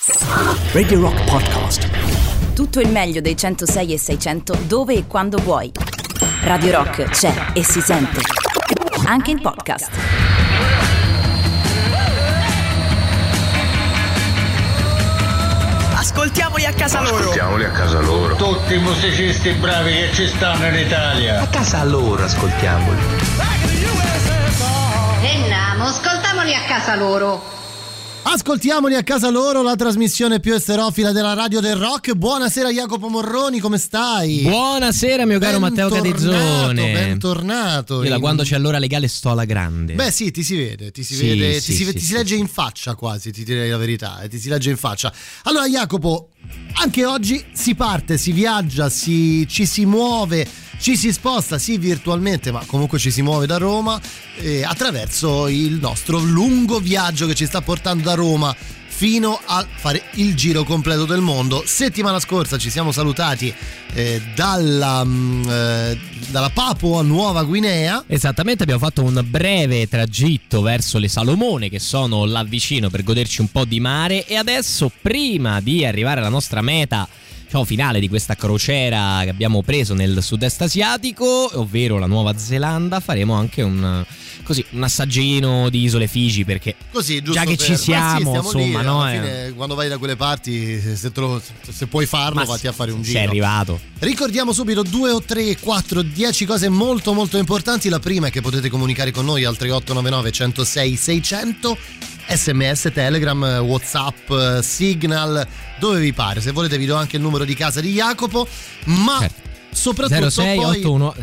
Radio Rock Podcast. Tutto il meglio dei 106 e 600 dove e quando vuoi. Radio Rock c'è e si sente anche in podcast. Ascoltiamoli a casa loro. Ascoltiamoli a casa loro. Tutti i musicisti bravi che ci stanno in Italia. A casa loro ascoltiamoli. Andiamo, ascoltiamoli a casa loro. Ascoltiamoli a casa loro, la trasmissione più esterofila della radio del rock. Buonasera Jacopo Morroni, come stai? Buonasera mio caro Matteo Catezzone. Bentornato. Io da quando c'è l'ora legale sto alla grande. Beh sì, ti si vede, ti si legge in faccia quasi, ti direi la verità, ti si legge in faccia. Allora Jacopo, anche oggi si parte, si viaggia, ci si muove, ci si sposta, sì virtualmente, ma comunque ci si muove da Roma attraverso il nostro lungo viaggio che ci sta portando da Roma fino a fare il giro completo del mondo. Settimana scorsa ci siamo salutati dalla Papua Nuova Guinea. Esattamente, abbiamo fatto un breve tragitto verso le Salomone che sono là vicino per goderci un po' di mare, e adesso, prima di arrivare alla nostra meta finale di questa crociera che abbiamo preso nel sud-est asiatico, ovvero la Nuova Zelanda, faremo anche un assaggino di isole Figi, perché così, giusto, già che ci siamo, insomma, lì, no? Alla fine, quando vai da quelle parti, se puoi farlo, vatti a fare un giro. Sei arrivato. Ricordiamo subito 2 o 3, 4, 10 cose molto molto importanti. La prima è che potete comunicare con noi al 3899 106 600, SMS, Telegram, WhatsApp, Signal, dove vi pare. Se volete vi do anche il numero di casa di Jacopo, ma certo, soprattutto 0681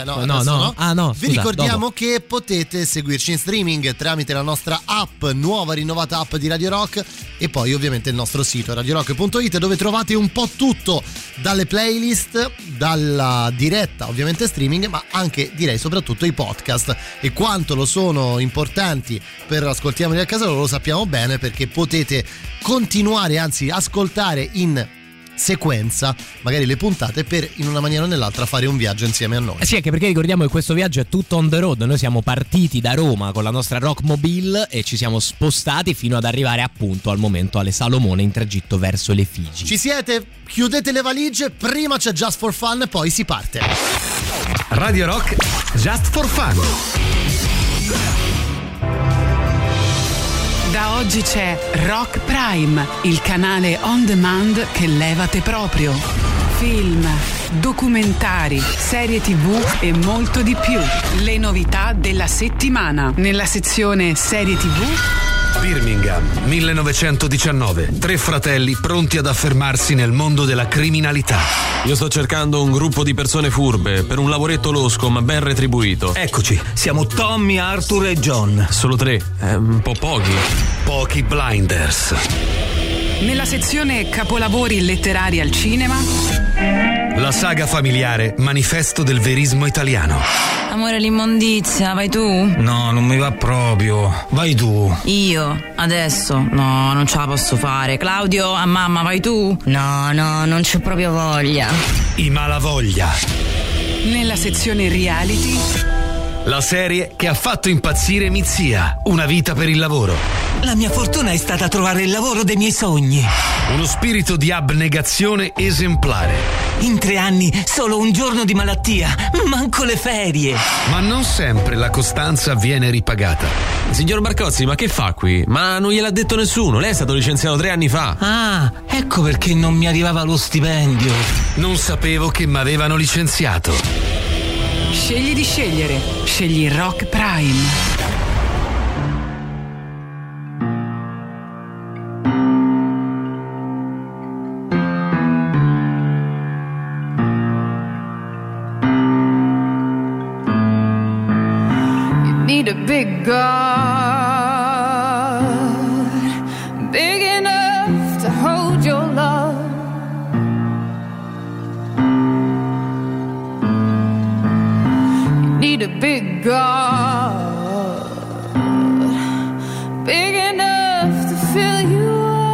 no. Vi ricordiamo dopo che potete seguirci in streaming tramite la nostra app, nuova rinnovata app di Radio Rock, e poi ovviamente il nostro sito radiorock.it, dove trovate un po' tutto, dalle playlist, dalla diretta ovviamente streaming, ma anche, direi soprattutto, i podcast. E quanto lo sono importanti per Ascoltiamoli a casa loro lo sappiamo bene, perché potete continuare, anzi ascoltare in sequenza magari le puntate per, in una maniera o nell'altra, fare un viaggio insieme a noi. Sì, anche perché ricordiamo che questo viaggio è tutto on the road. Noi siamo partiti da Roma con la nostra Rockmobile e ci siamo spostati fino ad arrivare appunto al momento alle Salomone, in tragitto verso le Figi. Ci siete? Chiudete le valigie, prima c'è Just for Fun e poi si parte. Radio Rock Just for Fun. Da oggi c'è Rock Prime, il canale on demand che levate proprio. Film, documentari, serie TV e molto di più. Le novità della settimana. Nella sezione serie TV, Birmingham, 1919. 3 fratelli pronti ad affermarsi nel mondo della criminalità. Io sto cercando un gruppo di persone furbe per un lavoretto losco ma ben retribuito. Eccoci, siamo Tommy, Arthur e John. Solo 3, è un po' pochi. Pochi Blinders. nella sezione capolavori letterari al cinema, la saga familiare Manifesto del verismo italiano. Amore, l'immondizia, vai tu? No, non mi va proprio. Vai tu. Io? Adesso? No, non ce la posso fare. Claudio, a mamma, vai tu? No, non c'ho proprio voglia. I Malavoglia. nella sezione reality, la serie che ha fatto impazzire Mizia, Una vita per il lavoro. La mia fortuna è stata trovare il lavoro dei miei sogni. Uno spirito di abnegazione esemplare. In 3 anni, solo un giorno di malattia, manco le ferie. Ma non sempre la costanza viene ripagata. Signor Marcozzi, ma che fa qui? Ma non gliel'ha detto nessuno, lei è stato licenziato 3 anni fa. Ah, ecco perché non mi arrivava lo stipendio. Non sapevo che m'avevano licenziato. scegli di scegliere. Scegli Rock Prime. Need a big God, big enough to hold your love. You need a big God, big enough to fill you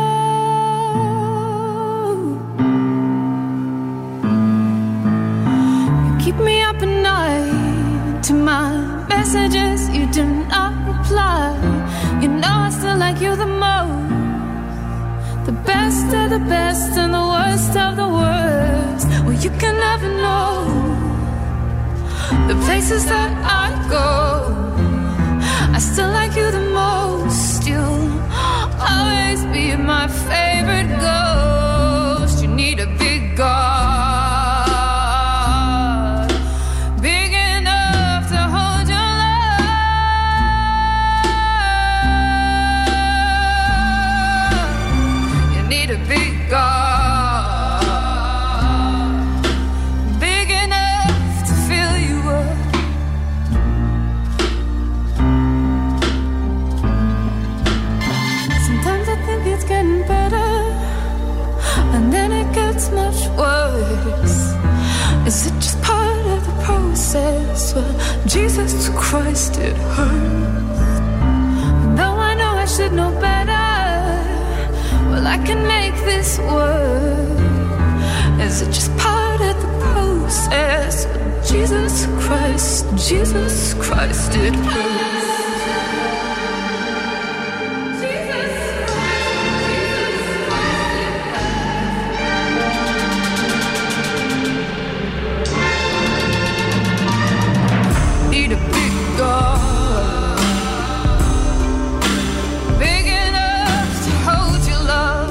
up. You keep me up at night to my messages, you do not reply. You know I still like you the most, the best of the best and the worst of the worst. Well, you can never know the places that I go. I still like you the most. You'll always be my favorite ghost. You need a big God, big enough to hold your love. You need a big God, big enough to fill you up. Sometimes I think it's getting better, and then it gets much worse. Is it just part of the process? Well, Jesus Christ, it hurts. Though I know I should know better, well, I can make this work. Is it just part of the process? Well, Jesus Christ, it hurts. Need a big God, big enough to hold your love.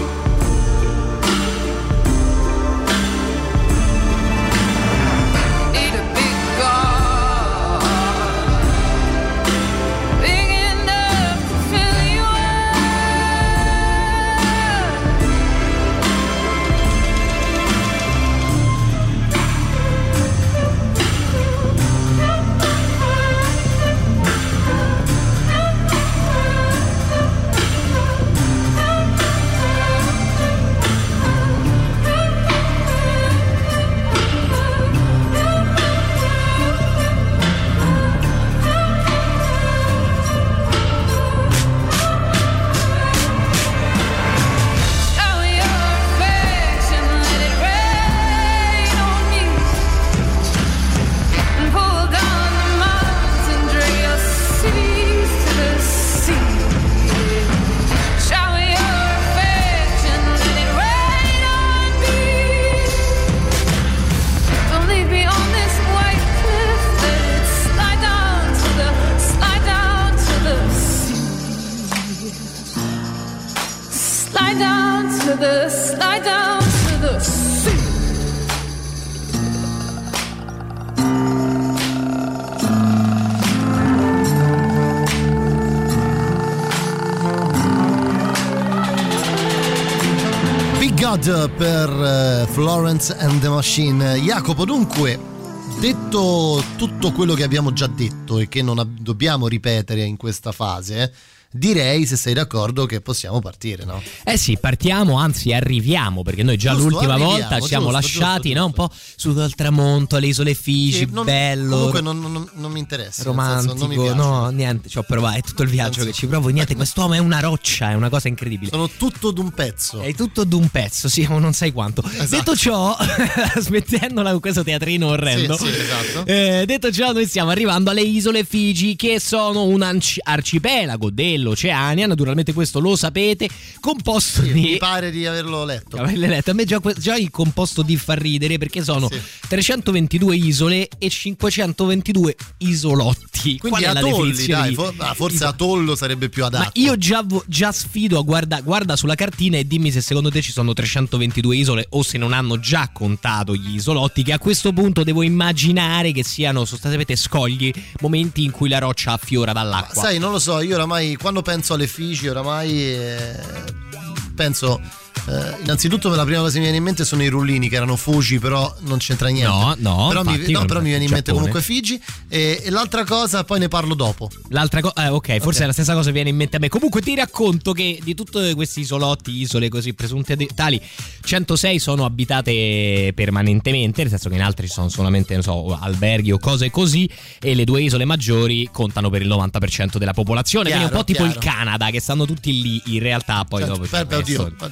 Need a big God, big enough to fill you up. Shower your affection, let it rain on me, and pull down the mountain, drag your cities to the sea. Shower your affection, let it rain on me. Don't leave me on this white cliff, let it slide down to the sea. Slide down to the sea. Big God per Florence and the Machine. Jacopo, dunque, detto tutto quello che abbiamo già detto e che non dobbiamo ripetere in questa fase, direi, se sei d'accordo, che possiamo partire, no? Eh sì, partiamo, anzi arriviamo, perché noi già Giusto, l'ultima arriviamo, volta ci siamo giusto, lasciati, giusto. no? Un po' su dal tramonto, alle isole Figi, Sì, bello. Comunque non mi interessa. Romantico, nel senso, non mi piace. no, niente, ci ho provato, è tutto il viaggio che ci provo, niente, quest'uomo è una roccia, è una cosa incredibile. Sono tutto d'un pezzo. È tutto d'un pezzo, sì, ma non sai quanto. Esatto. Detto ciò, smettendola con questo teatrino orrendo, Sì, esatto. detto ciò, noi stiamo arrivando alle isole Figi, che sono un arcipelago dell'Oceania, naturalmente questo lo sapete, composto Sì, di... mi pare di averlo letto. Averle letto. A me già il composto di fa ridere, perché sono 322 isole e 522 isolotti. Quindi Qual è la atolli, definizione dai, di forse atollo sarebbe più adatto. Ma io già sfido a guarda sulla cartina e dimmi se secondo te ci sono 322 isole o se non hanno già contato gli isolotti, che a questo punto devo immaginare che siano sostanzialmente scogli, momenti in cui la roccia affiora dall'acqua. Sai, non lo so, io oramai quando penso alle Figi oramai penso innanzitutto la prima cosa che mi viene in mente sono i rullini, che erano Fuji, però non c'entra niente. No, però mi viene in mente Giappone. comunque Figi, e l'altra cosa poi ne parlo dopo. L'altra cosa, ok, forse è la stessa cosa che viene in mente a me. Comunque ti racconto che di tutti questi isolotti, isole così presunte tali, 106 sono abitate permanentemente, nel senso che in altri ci sono solamente, non so, alberghi o cose così, e le due isole maggiori contano per il 90% della popolazione. Chiaro, quindi un po' tipo chiaro. il Canada, che stanno tutti lì in realtà, poi dopo c'è il resto. Oddio, un po' più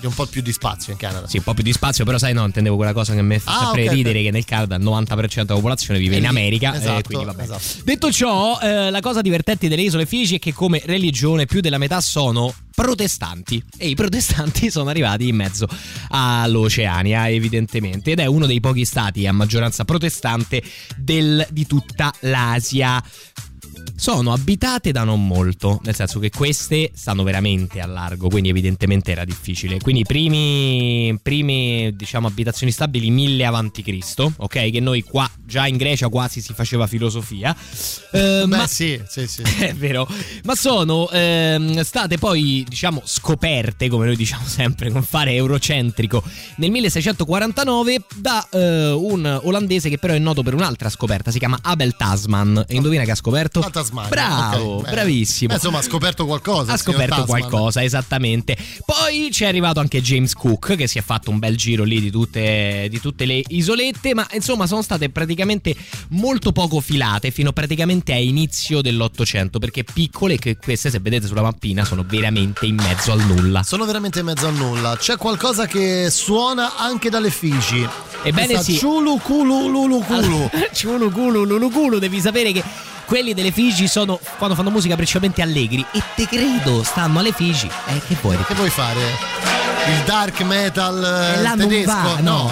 più di spazio in Canada. Sì, un po' più di spazio, però sai, no, intendevo quella cosa che mi fa sempre ridere, che nel Canada il 90% della popolazione vive in America. Esatto, quindi vabbè. Esatto. Detto ciò, la cosa divertente delle isole Figi è che come religione più della metà sono protestanti, e i protestanti sono arrivati in mezzo all'Oceania, evidentemente, ed è uno dei pochi stati a maggioranza protestante di tutta l'Asia. Sono abitate da non molto, nel senso che queste stanno veramente a largo, quindi evidentemente era difficile. Quindi i primi diciamo abitazioni stabili 1000 avanti Cristo, ok? Che noi qua già in Grecia quasi si faceva filosofia. Ma sì. È vero. Ma sono state poi diciamo scoperte, come noi diciamo sempre con fare eurocentrico, nel 1649 da un olandese che però è noto per un'altra scoperta, si chiama Abel Tasman. E indovina che ha scoperto? La Tasmania. Bravo, okay, bravissimo. Insomma, ha scoperto qualcosa. Ha scoperto qualcosa, esattamente. Poi c'è arrivato anche James Cook, che si è fatto un bel giro lì di tutte le isolette, ma insomma sono state praticamente molto poco filate fino praticamente a inizio dell'Ottocento, perché piccole, che queste se vedete sulla mappina sono veramente in mezzo al nulla. Sono veramente in mezzo al nulla. C'è qualcosa che suona anche dalle Figi. Ebbene sì. Ciulu culu lulukulu. Ciulu culu lulukulu, devi sapere che quelli delle Figi sono, quando fanno musica, principalmente allegri, e te credo stanno alle Figi. Che vuoi fare? Il dark metal tedesco? Non va, no.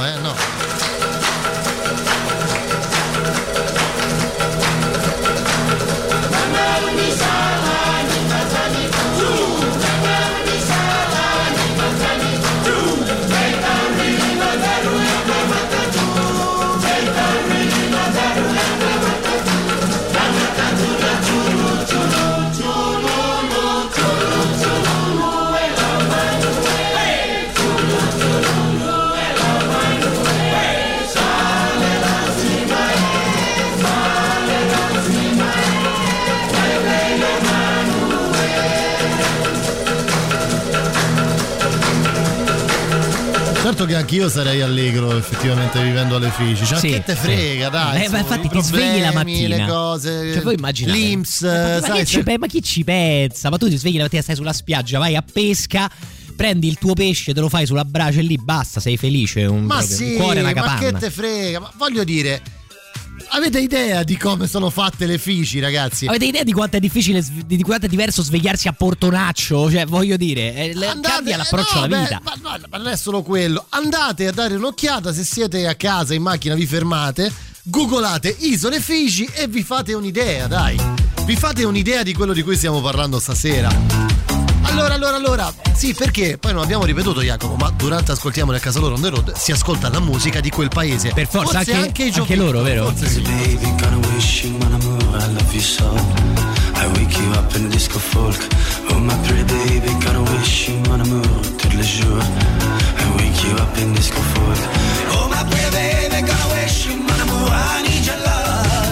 Certo che anch'io sarei allegro effettivamente vivendo alle Figi. Cioè, che te frega, dai. Ma infatti ti svegli la mattina, le cose. Cioè, voi immaginate l'Inps, ma chi ci pensa? Ma tu ti svegli la mattina, stai sulla spiaggia, vai a pesca, prendi il tuo pesce, te lo fai sulla brace e lì basta, sei felice. Un cuore e una capanna. Ma che te frega? Ma voglio dire, avete idea di come sono fatte le Figi, ragazzi? Avete idea di quanto è difficile, di quanto è diverso svegliarsi a Portonaccio? Cioè, voglio dire, cambia l'approccio alla vita. Ma non è solo quello. Andate a dare un'occhiata, se siete a casa, in macchina, vi fermate, googolate Isole Figi e vi fate un'idea, dai. Vi fate un'idea di quello di cui stiamo parlando stasera. Allora, sì, perché poi non abbiamo ripetuto, Jacopo, ma durante Ascoltiamoli a casa loro on the road si ascolta la musica di quel paese. Per forza, anche i giochi, loro, vero? Forse sì. Baby, gonna wish you mon amour, I love you so. I wake you up in disco folk. Oh my pretty baby, gonna wish you mon amour, tous les jours. I wake you up in disco folk. Oh my pretty baby, gonna wish you mon amour, I need your love.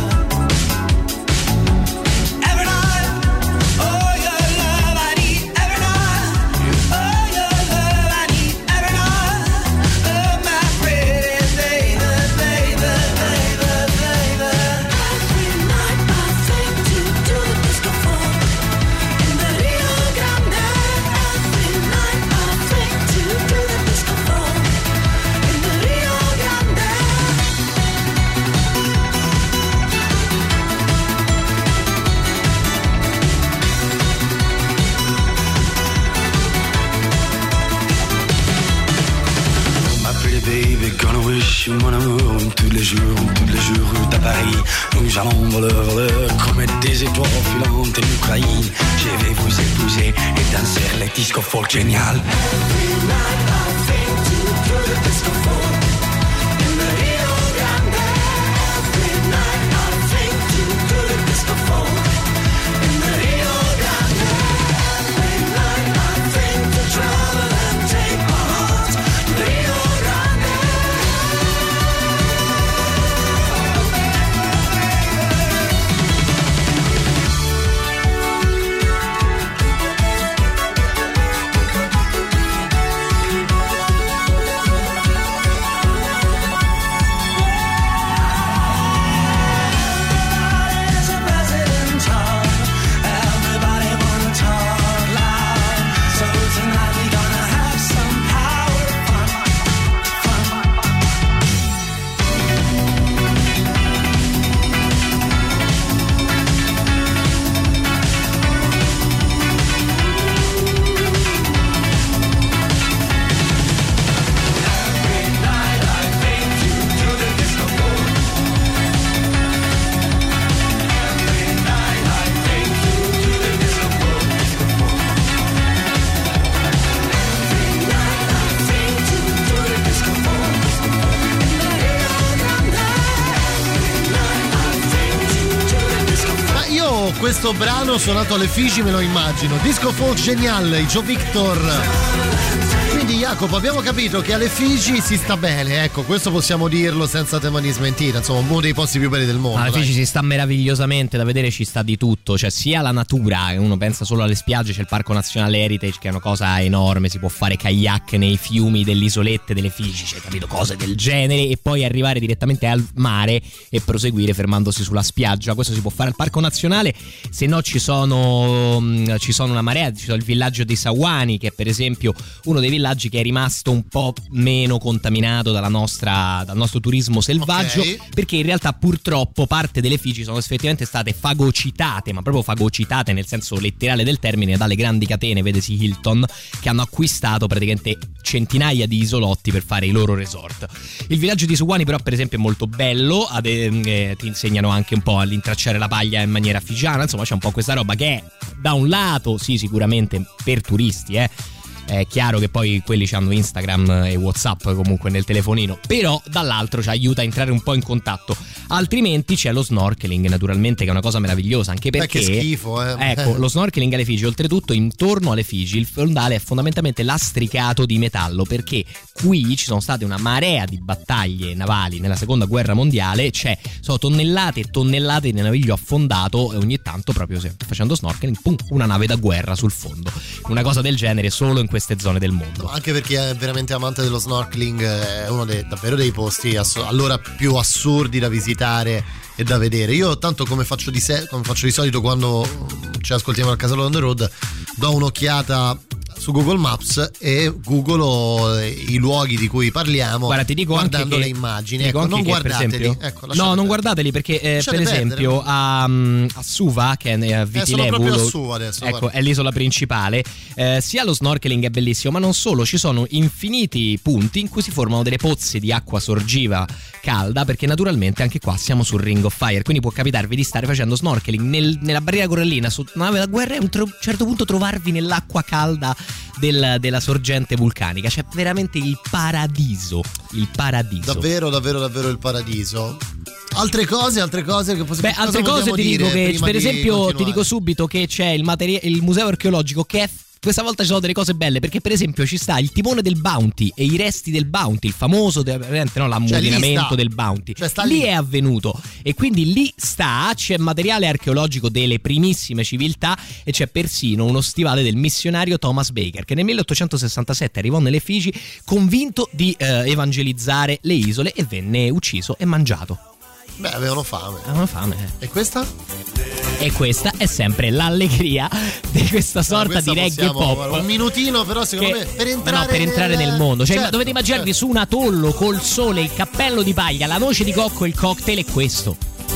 Baby, gonna wish you mon amour tous les jours d'à Paris. Nous allons voler comme des étoiles filantes en Ukraine. Je vais vous épouser et danser les disco folk génial. Every night I think to do the disco folk in the Rio Grande. Every night I think to do the disco folk in the Rio Grande. Every night I think to travel and take my heart to the Rio Grande. questo brano suonato alle Figi me lo immagino. Disco folk geniale, Joe Victor. Quindi Jacopo, abbiamo capito che alle Figi si sta bene, ecco, questo possiamo dirlo senza tema di smentita, insomma uno dei posti più belli del mondo. Alle Figi si sta meravigliosamente, da vedere ci sta di tutto, cioè sia la natura, uno pensa solo alle spiagge, c'è il Parco Nazionale Heritage che è una cosa enorme, si può fare kayak nei fiumi delle isolette delle Figi, cioè capito, cose del genere, e poi arrivare direttamente al mare e proseguire fermandosi sulla spiaggia. Questo si può fare al Parco Nazionale, se no ci sono una marea, ci sono il villaggio dei Sawani, che è per esempio uno dei villaggi che è rimasto un po' meno contaminato dal nostro turismo selvaggio, okay, perché in realtà purtroppo parte delle Figi sono effettivamente state fagocitate, ma proprio fagocitate nel senso letterale del termine, dalle grandi catene, vedesi Hilton, che hanno acquistato praticamente centinaia di isolotti per fare i loro resort. Il villaggio di Sawani però per esempio è molto bello, ti insegnano anche un po' a intracciare la paglia in maniera figiana, insomma c'è un po' questa roba che è da un lato sì sicuramente per turisti, è chiaro che poi quelli hanno Instagram e WhatsApp comunque nel telefonino, però dall'altro ci aiuta a entrare un po' in contatto. Altrimenti c'è lo snorkeling, naturalmente, che è una cosa meravigliosa, anche perché che schifo, ecco, lo snorkeling alle Figi, oltretutto intorno alle Figi il fondale è fondamentalmente lastricato di metallo, perché qui ci sono state una marea di battaglie navali nella seconda guerra mondiale, sono tonnellate e tonnellate di naviglio affondato, e ogni tanto proprio facendo snorkeling, pum, una nave da guerra sul fondo. Una cosa del genere solo in queste zone del mondo. No, anche perché è veramente amante dello snorkeling, è uno davvero dei posti allora più assurdi da visitare e da vedere. Io tanto come faccio di solito quando ci ascoltiamo al Casale on the Road, do un'occhiata su Google Maps e googolo i luoghi di cui parliamo. Guarda, ti dico guardando anche le immagini, ecco, non guardateli, ecco, no, non guardateli perché per esempio a Suva, che è a Vitilevu, proprio a Suva adesso, ecco, guarda, è l'isola principale, sia lo snorkeling è bellissimo, ma non solo, ci sono infiniti punti in cui si formano delle pozze di acqua sorgiva calda, perché naturalmente anche qua siamo sul Ring of Fire, quindi può capitarvi di stare facendo snorkeling nella barriera corallina su una nave da guerra e a un certo punto trovarvi nell'acqua calda della sorgente vulcanica. C'è veramente il paradiso. Davvero il paradiso. Altre cose che possiamo. Altre cose ti dico che per esempio ti dico subito che c'è il museo archeologico che è. Questa volta ci sono delle cose belle, perché per esempio ci sta il timone del Bounty e i resti del Bounty, il famoso l'ammutinamento del Bounty, lì è avvenuto, e quindi lì c'è materiale archeologico delle primissime civiltà, e c'è persino uno stivale del missionario Thomas Baker, che nel 1867 arrivò nelle Figi convinto di evangelizzare le isole e venne ucciso e mangiato. Beh, avevano fame. E questa? E questa è sempre l'allegria di questa sorta di reggae pop. Un minutino, però, secondo me, per entrare nel mondo. Cioè, certo, dovete immaginarvi su un atollo col sole, il cappello di paglia, la noce di cocco e il cocktail, è questo.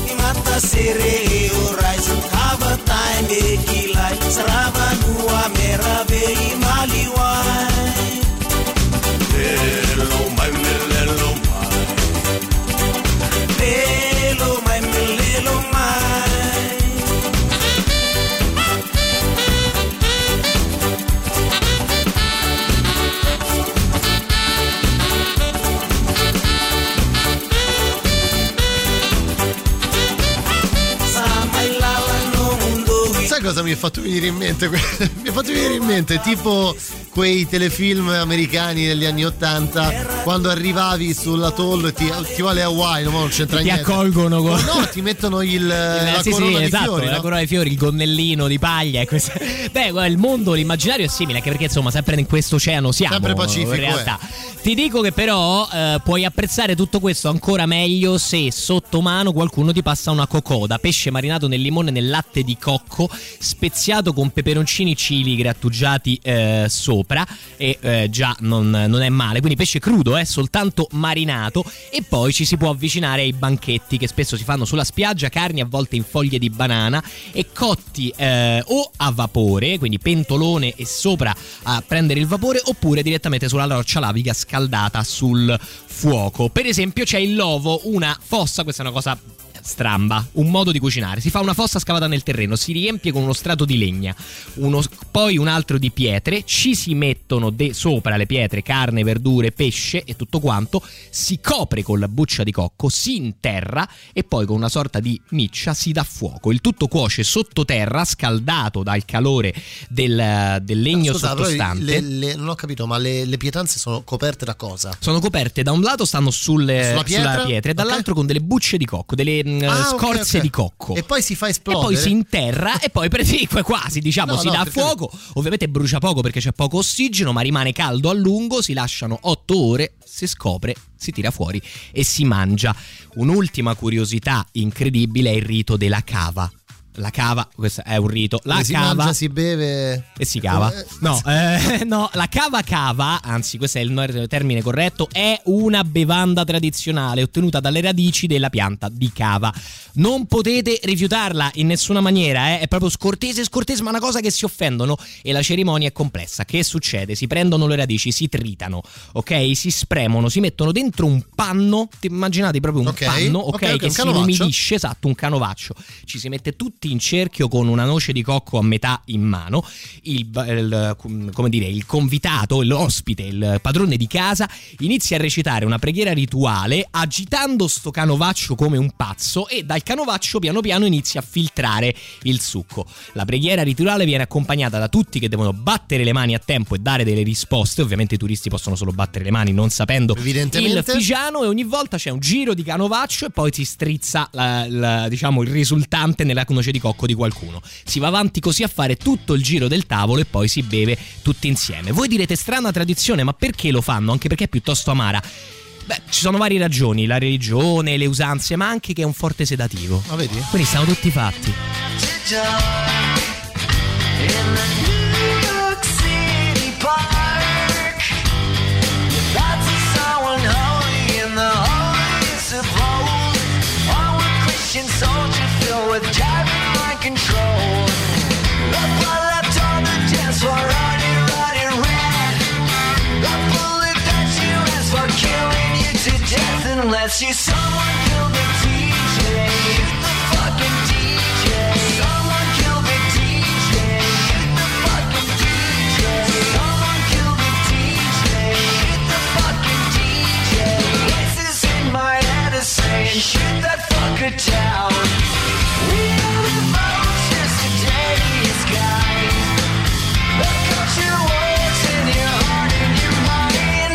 Cosa mi è fatto venire in mente? Mi è fatto venire in mente tipo quei telefilm americani degli anni 80, quando arrivavi sull'atollo e ti va le Hawaii, non c'entra niente. Ti accolgono con... No, ti mettono la corona di fiori, la corona di fiori, il gonnellino di paglia e questo. Beh, il mondo, l'immaginario è simile, anche perché insomma sempre in questo oceano siamo, sempre Pacifico, in realtà. Ti dico che però puoi apprezzare tutto questo ancora meglio se sotto mano qualcuno ti passa una cocoda, pesce marinato nel limone e nel latte di cocco, speziato con peperoncini chili grattugiati sopra, e già non è male, quindi pesce crudo, soltanto marinato. E poi ci si può avvicinare ai banchetti che spesso si fanno sulla spiaggia, carni avvolte in foglie di banana e cotti o a vapore, quindi pentolone e sopra a prendere il vapore, oppure direttamente sulla roccia lavica scaldata sul fuoco. Per esempio c'è il Lovo, una fossa, questa è una cosa stramba, un modo di cucinare. Si fa una fossa scavata nel terreno, si riempie con uno strato di legna, poi un altro di pietre, ci si mettono sopra le pietre carne, verdure, pesce e tutto quanto, si copre con la buccia di cocco, si interra e poi con una sorta di miccia si dà fuoco. Il tutto cuoce sottoterra, scaldato dal calore del legno sottostante. Non ho capito, ma le pietanze sono coperte da cosa? Sono coperte, da un lato stanno sulla pietra e dall'altro con delle bucce di cocco, delle scorze di cocco. E poi si fa esplodere. E poi si interra e poi quasi si dà fuoco. Ovviamente brucia poco perché c'è poco ossigeno, ma rimane caldo a lungo. Si lasciano 8 ore, si scopre, si tira fuori e si mangia. Un'ultima curiosità incredibile è il rito della cava. La cava, questo è un rito. Si mangia, si beve e si cava. No, la cava, anzi questo è il termine corretto, è una bevanda tradizionale ottenuta dalle radici della pianta di cava. Non potete rifiutarla in nessuna maniera, è proprio scortese, ma una cosa che si offendono, e la cerimonia è complessa. Che succede? Si prendono le radici, si tritano, ok? Si spremono, si mettono dentro un panno, immaginate proprio un panno, ok? Che si umidisce, esatto, un canovaccio. Ci si mette tutti in cerchio con una noce di cocco a metà in mano. Il convitato, l'ospite, il padrone di casa inizia a recitare una preghiera rituale agitando sto canovaccio come un pazzo, e dal canovaccio piano piano inizia a filtrare il succo. La preghiera rituale viene accompagnata da tutti che devono battere le mani a tempo e dare delle risposte. Ovviamente i turisti possono solo battere le mani non sapendo il figiano, e ogni volta c'è un giro di canovaccio e poi si strizza il risultante nella noce di cocco di qualcuno. Si va avanti così a fare tutto il giro del tavolo e poi si beve tutti insieme. Voi direte strana tradizione, ma perché lo fanno? Anche perché è piuttosto amara. Ci sono varie ragioni, la religione, le usanze, ma anche che è un forte sedativo. Ma vedi? Quindi stanno tutti fatti. With driving mind control, the blood left on the dance floor, running red. The bullet that you asked for, killing you to death, unless you someone kill the DJ, the fucking DJ. Someone kill the DJ, the fucking DJ. Someone kill the DJ, the fucking DJ. Voices in my head are saying, shoot that fucker down. We are the vultures, the dirtiest guys. The culture wars in your heart and your mind.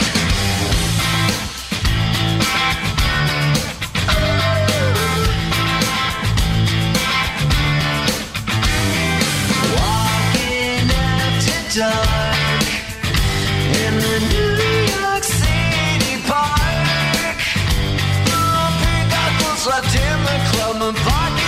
Walking after dark in the New York City park. Pink apples left in the club and pocket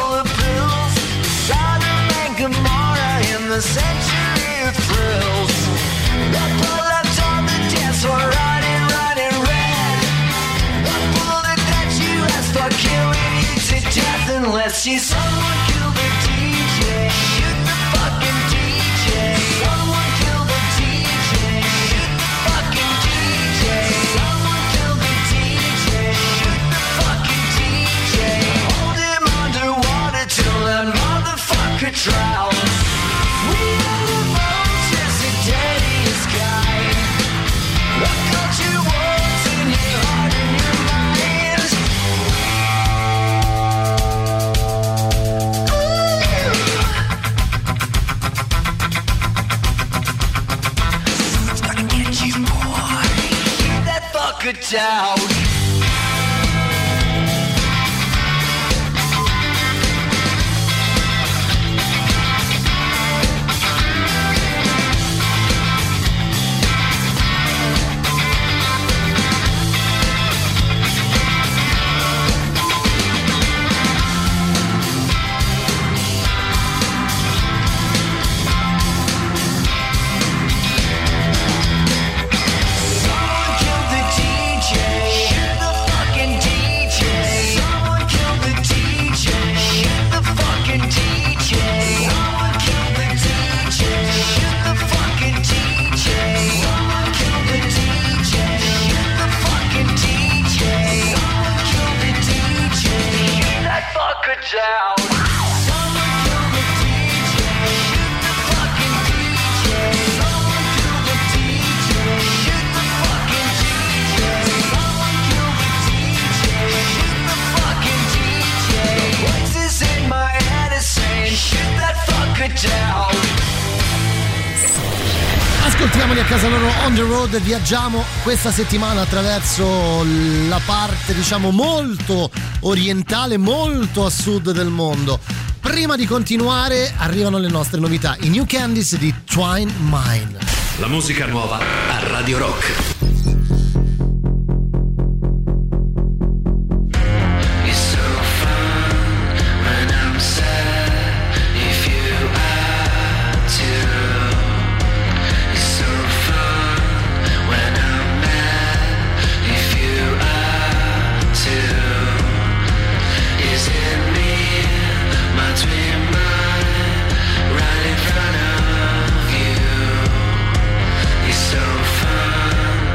the century of thrills. The blood left on the dance floor, running red. The bullet that you asked for, killing you to death, unless you someone kill the DJ, shoot the fucking DJ. Someone kill the DJ, shoot the fucking DJ. Someone kill the DJ, shoot the fucking DJ. Hold him underwater till that motherfucker drowns. We are the vultures, the dirtiest guy. The culture wars in your heart and your mind. Ooh. Gonna get you, boy. Keep that fucker down. Someone killed the DJ. down. Someone kill the DJ, shoot the fucking DJ. Someone kill the DJ, shoot the fucking DJ. Someone kill the DJ, shoot the fucking DJ. The voices in my head are saying shoot that fucker down. Ascoltiamoli a casa loro on the road. Viaggiamo questa settimana attraverso la parte, diciamo, molto orientale, molto a sud del mondo. Prima di continuare arrivano le nostre novità, i New Candies di Twine Mine. La musica nuova a Radio Rock. Right in front of you, you're so fun.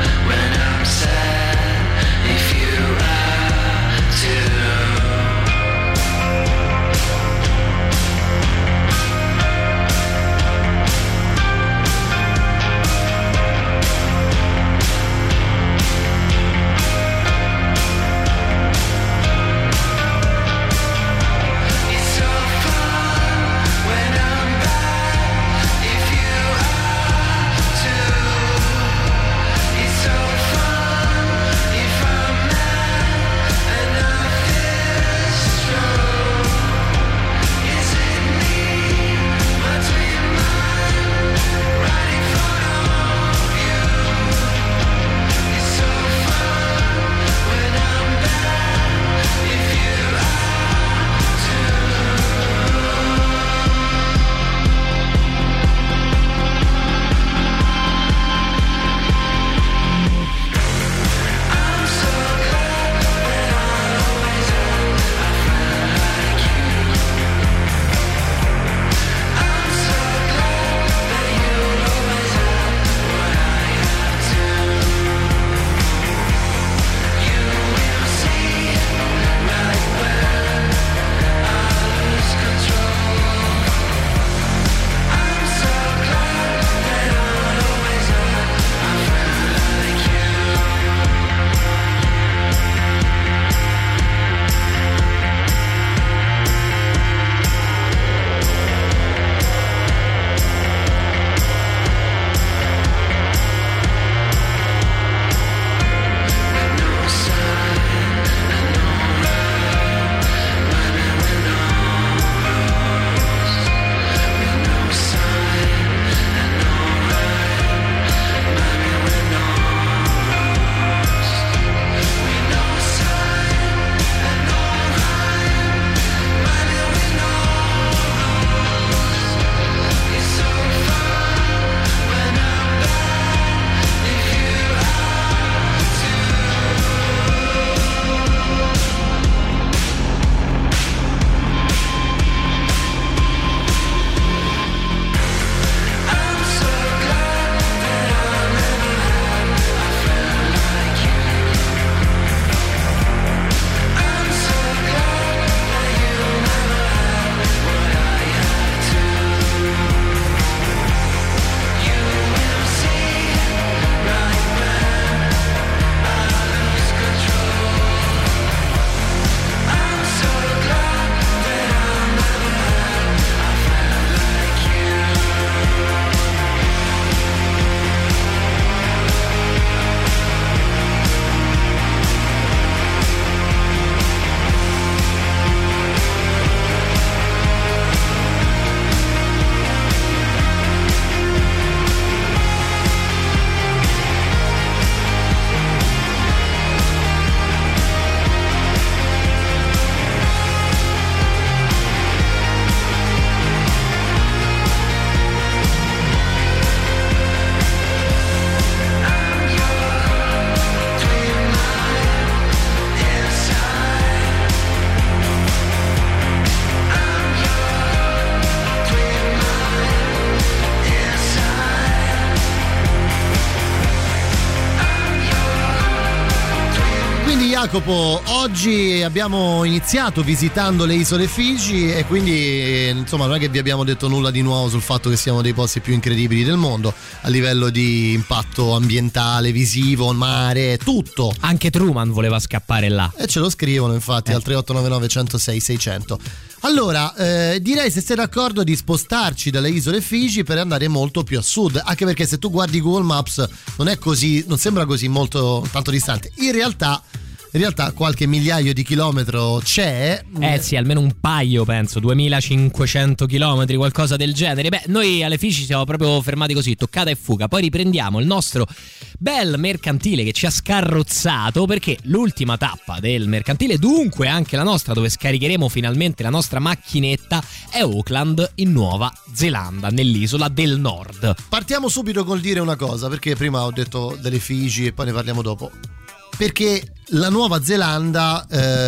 quindi Jacopo, oggi abbiamo iniziato visitando le isole Figi e quindi insomma non è che vi abbiamo detto nulla di nuovo sul fatto che siamo dei posti più incredibili del mondo a livello di impatto ambientale, visivo, mare, tutto. Anche Truman voleva scappare là. E ce lo scrivono infatti al 3899 106 600. Allora, direi, se sei d'accordo, di spostarci dalle isole Figi per andare molto più a sud, anche perché se tu guardi Google Maps non sembra così molto tanto distante. In realtà qualche migliaio di chilometro c'è. Sì, almeno un paio, penso, 2500 chilometri, qualcosa del genere. Beh, noi alle Figi siamo proprio fermati così, toccata e fuga. Poi riprendiamo il nostro bel mercantile che ci ha scarrozzato, perché l'ultima tappa del mercantile, dunque anche la nostra, dove scaricheremo finalmente la nostra macchinetta, è Auckland, in Nuova Zelanda, nell'isola del Nord. Partiamo subito col dire una cosa, perché prima ho detto delle Figi e poi ne parliamo dopo. Perché la Nuova Zelanda,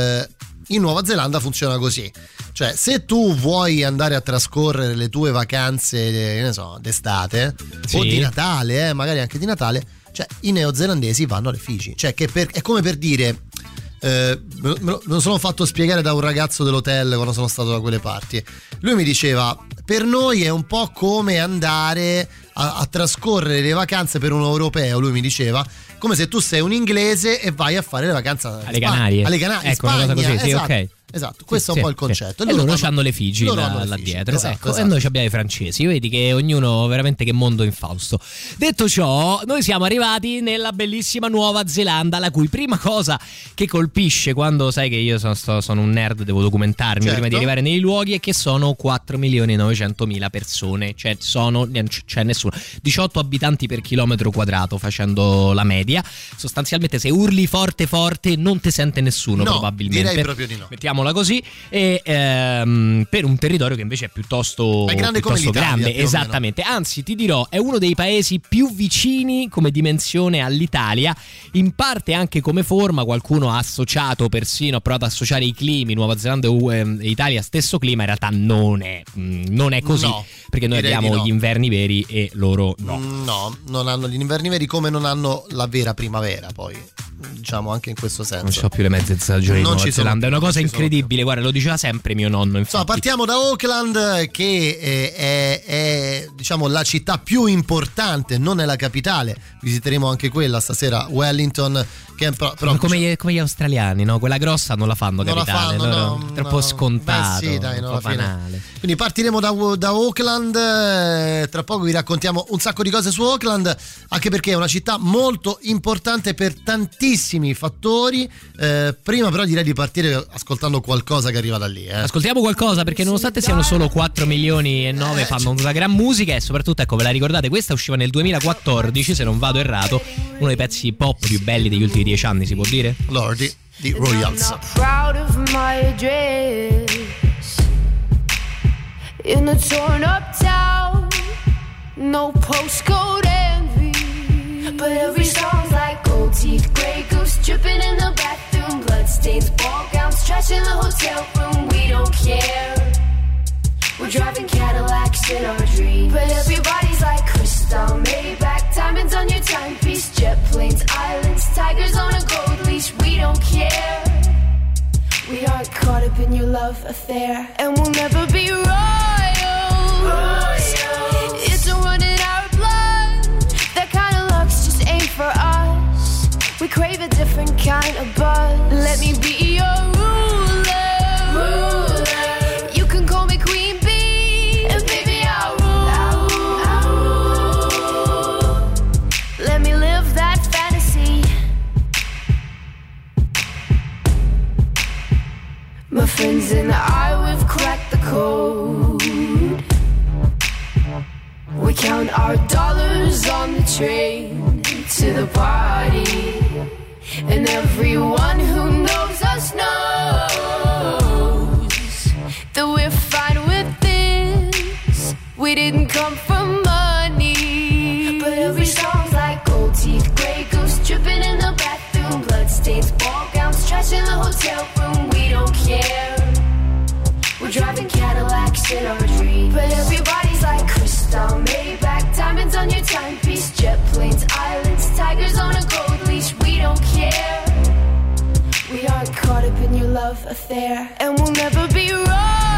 in Nuova Zelanda funziona così. Cioè, se tu vuoi andare a trascorrere le tue vacanze, che ne so, d'estate, sì, o di Natale, magari anche di Natale, cioè i neozelandesi vanno alle Figi. Cioè, è come per dire, me lo sono fatto spiegare da un ragazzo dell'hotel quando sono stato da quelle parti. Lui mi diceva, per noi è un po' come andare a trascorrere le vacanze per un europeo, lui mi diceva, come se tu sei un inglese e vai a fare le vacanze alle Canarie. In Spagna, una cosa così, sì, esatto. ok. Esatto, questo è un po' il concetto. E loro hanno le Figi là dietro, esatto. E noi abbiamo i francesi. Vedi che ognuno veramente che mondo infausto. Detto ciò, noi siamo arrivati nella bellissima Nuova Zelanda, la cui prima cosa che colpisce quando sai che io sono un nerd, devo documentarmi prima di arrivare nei luoghi, è che sono 4.900.000 persone, cioè c'è nessuno, 18 abitanti per chilometro quadrato facendo la media. Sostanzialmente se urli forte forte non ti sente nessuno, probabilmente. Direi proprio di no. Mettiamola così, e per un territorio che invece è piuttosto grande, esattamente. Anzi, ti dirò, è uno dei paesi più vicini come dimensione all'Italia, in parte anche come forma. Qualcuno ha associato, persino ha provato ad associare i climi, Nuova Zelanda e Italia stesso clima. In realtà non è così, perché noi abbiamo gli inverni veri e loro no, non hanno gli inverni veri, come non hanno la vera primavera, poi diciamo anche in questo senso. Non ci sono più le mezze stagioni in Nuova Zelanda, è una cosa incredibile, guarda, lo diceva sempre mio nonno. Infatti. Partiamo da Auckland, che è diciamo la città più importante, non è la capitale. Visiteremo anche quella stasera, Wellington, che è però come gli australiani, no? Quella grossa non la fanno capitale, troppo scontato, sì, dai, un po' banale. Quindi partiremo da Auckland, tra poco vi raccontiamo un sacco di cose su Auckland, anche perché è una città molto importante per tantissimi fattori. Prima però direi di partire ascoltando qualcosa che arriva da lì. Ascoltiamo qualcosa, perché nonostante siano solo 4 milioni e 9 fanno una gran musica, e soprattutto, ecco, ve la ricordate, questa usciva nel 2014 se non vado errato, uno dei pezzi pop più belli degli ultimi 10 anni, si può dire? Lordi di Royals. Proud of my dress in a torn up town, no postcode envy, but every song's like gold teeth, grey goose dripping in the bathroom, bloodstains, ball gowns, trash in the hotel room. We don't care, we're driving Cadillacs in our dreams, but everybody's like crystal, Maybach, diamonds on your timepiece, jet planes, islands, tigers on a gold leash. We don't care, we aren't caught up in your love affair, and we'll never be royals. It's a run in our blood, that kind of luck's just ain't for us. We crave a different kind of buzz. Let me be your ruler. You can call me Queen Bee, and baby I'll rule. Let me live that fantasy. My friends and I, we've cracked the code. We count our dollars on the train to the party, and everyone who knows us knows that we're fine with this. We didn't come for money, but every song's like gold teeth, grey goose dripping in the bathroom, bloodstains, ball gowns, trash in the hotel room. We don't care, we're driving Cadillacs in our dreams, but everybody's like crystal, Maybach, diamonds on your timepiece, jet planes, islands, tigers on a gold leash. We don't care, love affair, and we'll never be royals.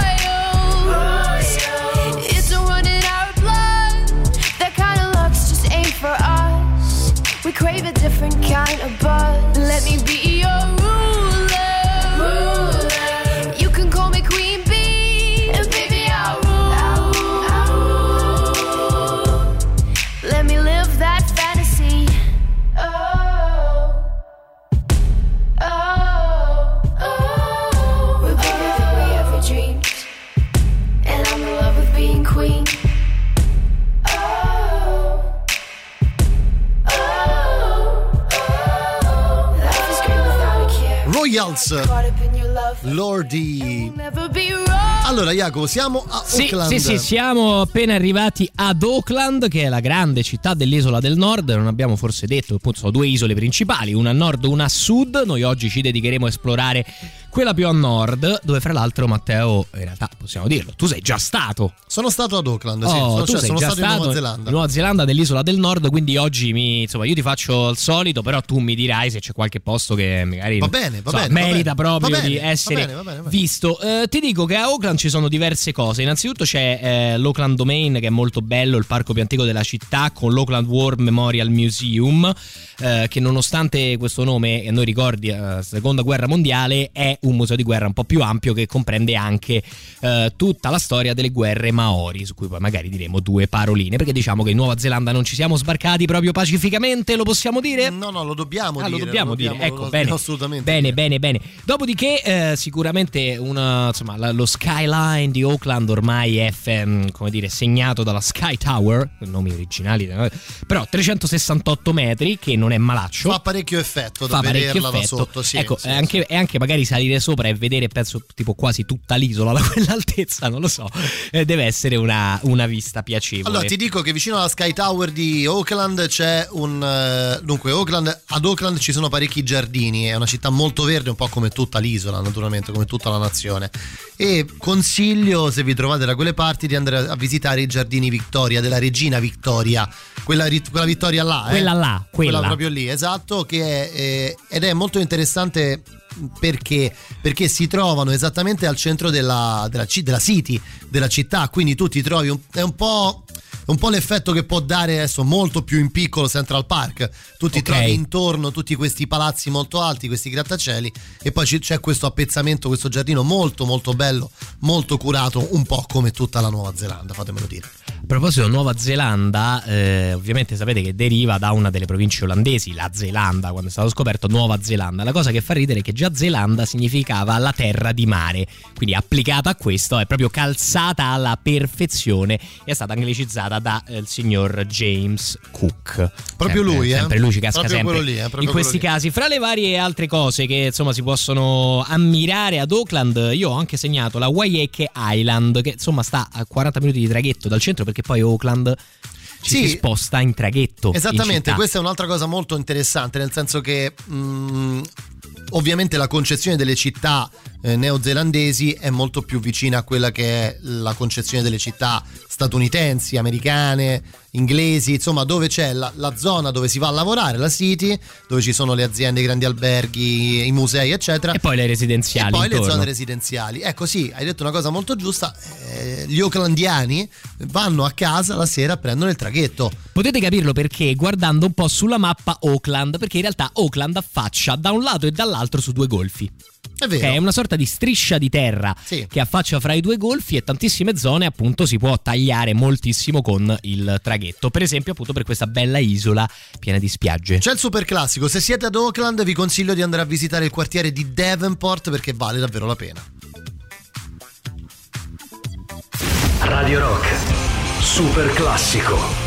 It's a run in our blood. That kind of luck's just ain't for us. We crave a different kind of buzz. Let me be your ruler. You can call me Queen Bee, and baby I'll rule. Let me live that fantasy. We're bigger than we ever dreamed, and I'm in love with being queen. Life is great without a care. Royals, Caught up in your love. Lordi. Never be wrong. Allora Jacopo, siamo a Auckland. Sì, siamo appena arrivati ad Auckland, che è la grande città dell'isola del nord. Non abbiamo forse detto, appunto, sono due isole principali, una a nord, una a sud. Noi oggi ci dedicheremo a esplorare quella più a nord, dove fra l'altro, Matteo, in realtà possiamo dirlo, tu sei già stato. Sono stato ad Auckland, sì. Tu sei sono già stato in Nuova Zelanda. Nuova Zelanda dell'isola del nord, quindi oggi io ti faccio il solito, però tu mi dirai se c'è qualche posto che magari merita proprio di essere visto. Ti dico che a Auckland ci sono diverse cose. Innanzitutto c'è l'Auckland Domain, che è molto bello, il parco più antico della città, con l'Auckland War Memorial Museum, che nonostante questo nome noi ricordi seconda guerra mondiale, è un museo di guerra un po' più ampio, che comprende anche tutta la storia delle guerre Maori, su cui poi magari diremo due paroline, perché diciamo che in Nuova Zelanda non ci siamo sbarcati proprio pacificamente, lo possiamo dire? No, lo dobbiamo dire. Lo dobbiamo dire, ecco, bene. Assolutamente. Bene. Dopodiché sicuramente lo skyline di Auckland ormai è segnato dalla Sky Tower, nomi originali, però 368 metri, che non è malaccio. Fa parecchio effetto da vederla da sotto, sì. Ecco, sì, è anche magari salire sopra e vedere, penso, tipo quasi tutta l'isola da quell'altezza, non lo so, deve essere una vista piacevole. Allora ti dico che vicino alla Sky Tower di Auckland c'è ad Auckland ci sono parecchi giardini, è una città molto verde, un po' come tutta l'isola, naturalmente, come tutta la nazione, e consiglio, se vi trovate da quelle parti, di andare a visitare i giardini Victoria della regina Victoria, quella Victoria là, quella proprio lì, esatto, che ed è molto interessante perché si trovano esattamente al centro della city della città, quindi tu ti trovi è un po' l'effetto che può dare adesso molto più in piccolo Central Park. Tu ti trovi intorno tutti questi palazzi molto alti, questi grattacieli, e poi c'è questo appezzamento, questo giardino molto molto bello, molto curato, un po' come tutta la Nuova Zelanda, fatemelo dire. A proposito, Nuova Zelanda, ovviamente sapete che deriva da una delle province olandesi, la Zelanda, quando è stato scoperto Nuova Zelanda. La cosa che fa ridere è che già Zelanda significava la terra di mare, quindi applicata a questo è proprio calzata alla perfezione, è stata anglicizzata da il signor James Cook. Proprio lui, sempre lui ci casca proprio sempre lì, in questi casi. Fra le varie altre cose che insomma si possono ammirare ad Auckland, io ho anche segnato la Waiheke Island, che insomma sta a 40 minuti di traghetto dal centro, perché poi Auckland si sposta in traghetto. Esattamente, questa è un'altra cosa molto interessante, nel senso che ovviamente la concezione delle città neozelandesi è molto più vicina a quella che è la concezione delle città statunitensi, americane, inglesi, insomma, dove c'è la zona dove si va a lavorare, la city, dove ci sono le aziende, i grandi alberghi, i musei, eccetera, e poi le residenziali, e poi intorno. Le zone residenziali. Ecco, sì, hai detto una cosa molto giusta, gli aucklandiani vanno a casa la sera a prendere il traghetto. Potete capirlo perché guardando un po' sulla mappa Auckland, perché in realtà Auckland affaccia da un lato e dall'altro su due golfi. È vero. Che è una sorta di striscia di terra che affaccia fra i due golfi, e tantissime zone appunto si può tagliare moltissimo con il traghetto. Per esempio appunto per questa bella isola piena di spiagge. C'è il super classico, se siete ad Auckland vi consiglio di andare a visitare il quartiere di Devonport, perché vale davvero la pena. Radio Rock, super classico.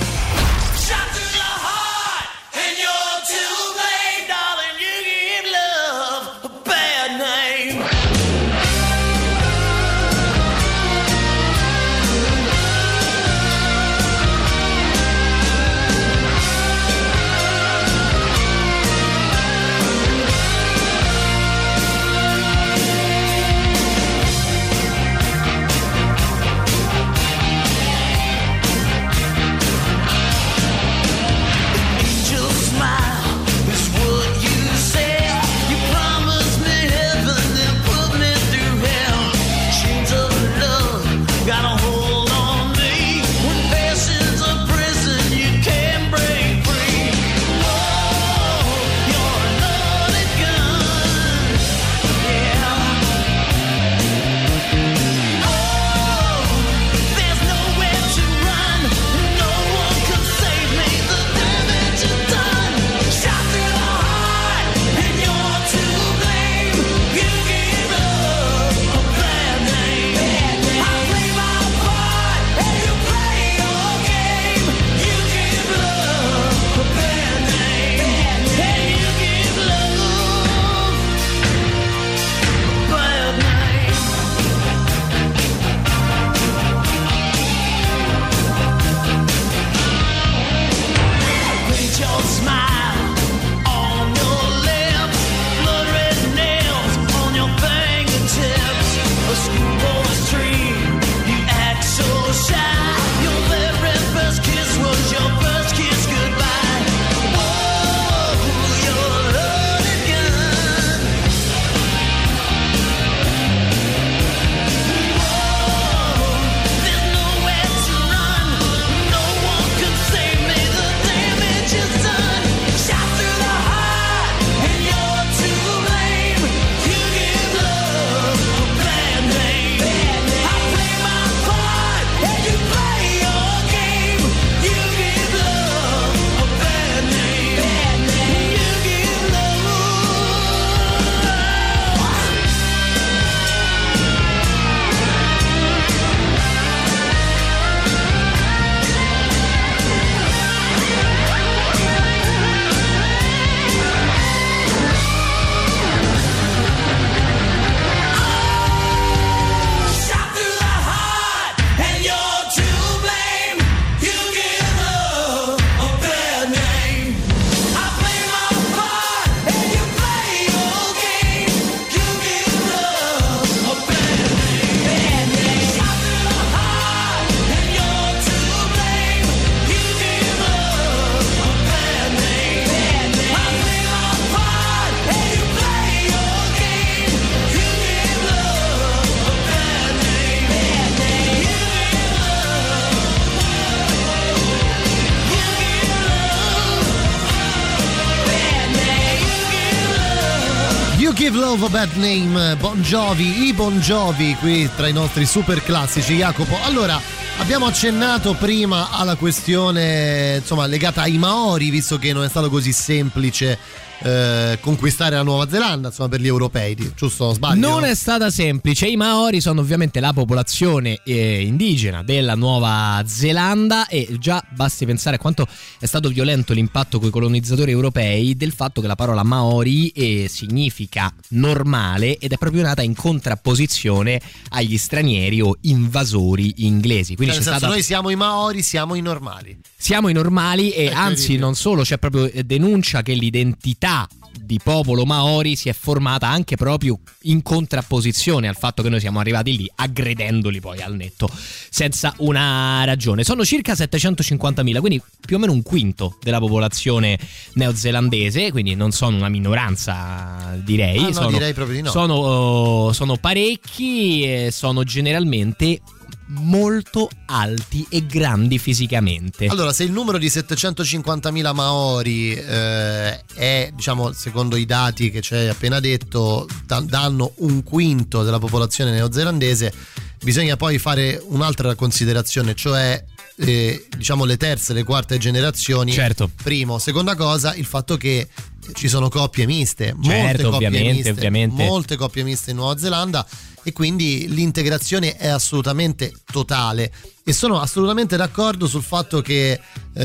Give Love a Bad Name, Bon Jovi, i Bon Jovi qui tra i nostri super classici. Jacopo, allora abbiamo accennato prima alla questione insomma legata ai Maori, visto che non è stato così semplice conquistare la Nuova Zelanda, insomma, per gli europei, giusto? Sbaglio? Non è stata semplice. I Maori sono ovviamente la popolazione indigena della Nuova Zelanda e già basti pensare a quanto è stato violento l'impatto con i colonizzatori europei del fatto che la parola Maori significa normale ed è proprio nata in contrapposizione agli stranieri o invasori inglesi. Quindi cioè, c'è stata... noi siamo i Maori, siamo i normali. Siamo i normali e anzi non solo, c'è proprio denuncia che l'identità di popolo Maori si è formata anche proprio in contrapposizione al fatto che noi siamo arrivati lì aggredendoli poi al netto senza una ragione. Sono circa 750.000, quindi più o meno un quinto della popolazione neozelandese, quindi non sono una minoranza, direi. Direi proprio di no. Sono parecchi e sono generalmente molto alti e grandi fisicamente. Allora, se il numero di 750.000 Maori è, diciamo, secondo i dati che ci hai appena detto, danno un quinto della popolazione neozelandese, bisogna poi fare un'altra considerazione, cioè diciamo le terze e le quarte generazioni. Certo. Primo, seconda cosa, il fatto che ci sono coppie miste, certo, ovviamente. Molte coppie miste in Nuova Zelanda, e quindi l'integrazione è assolutamente totale e sono assolutamente d'accordo sul fatto che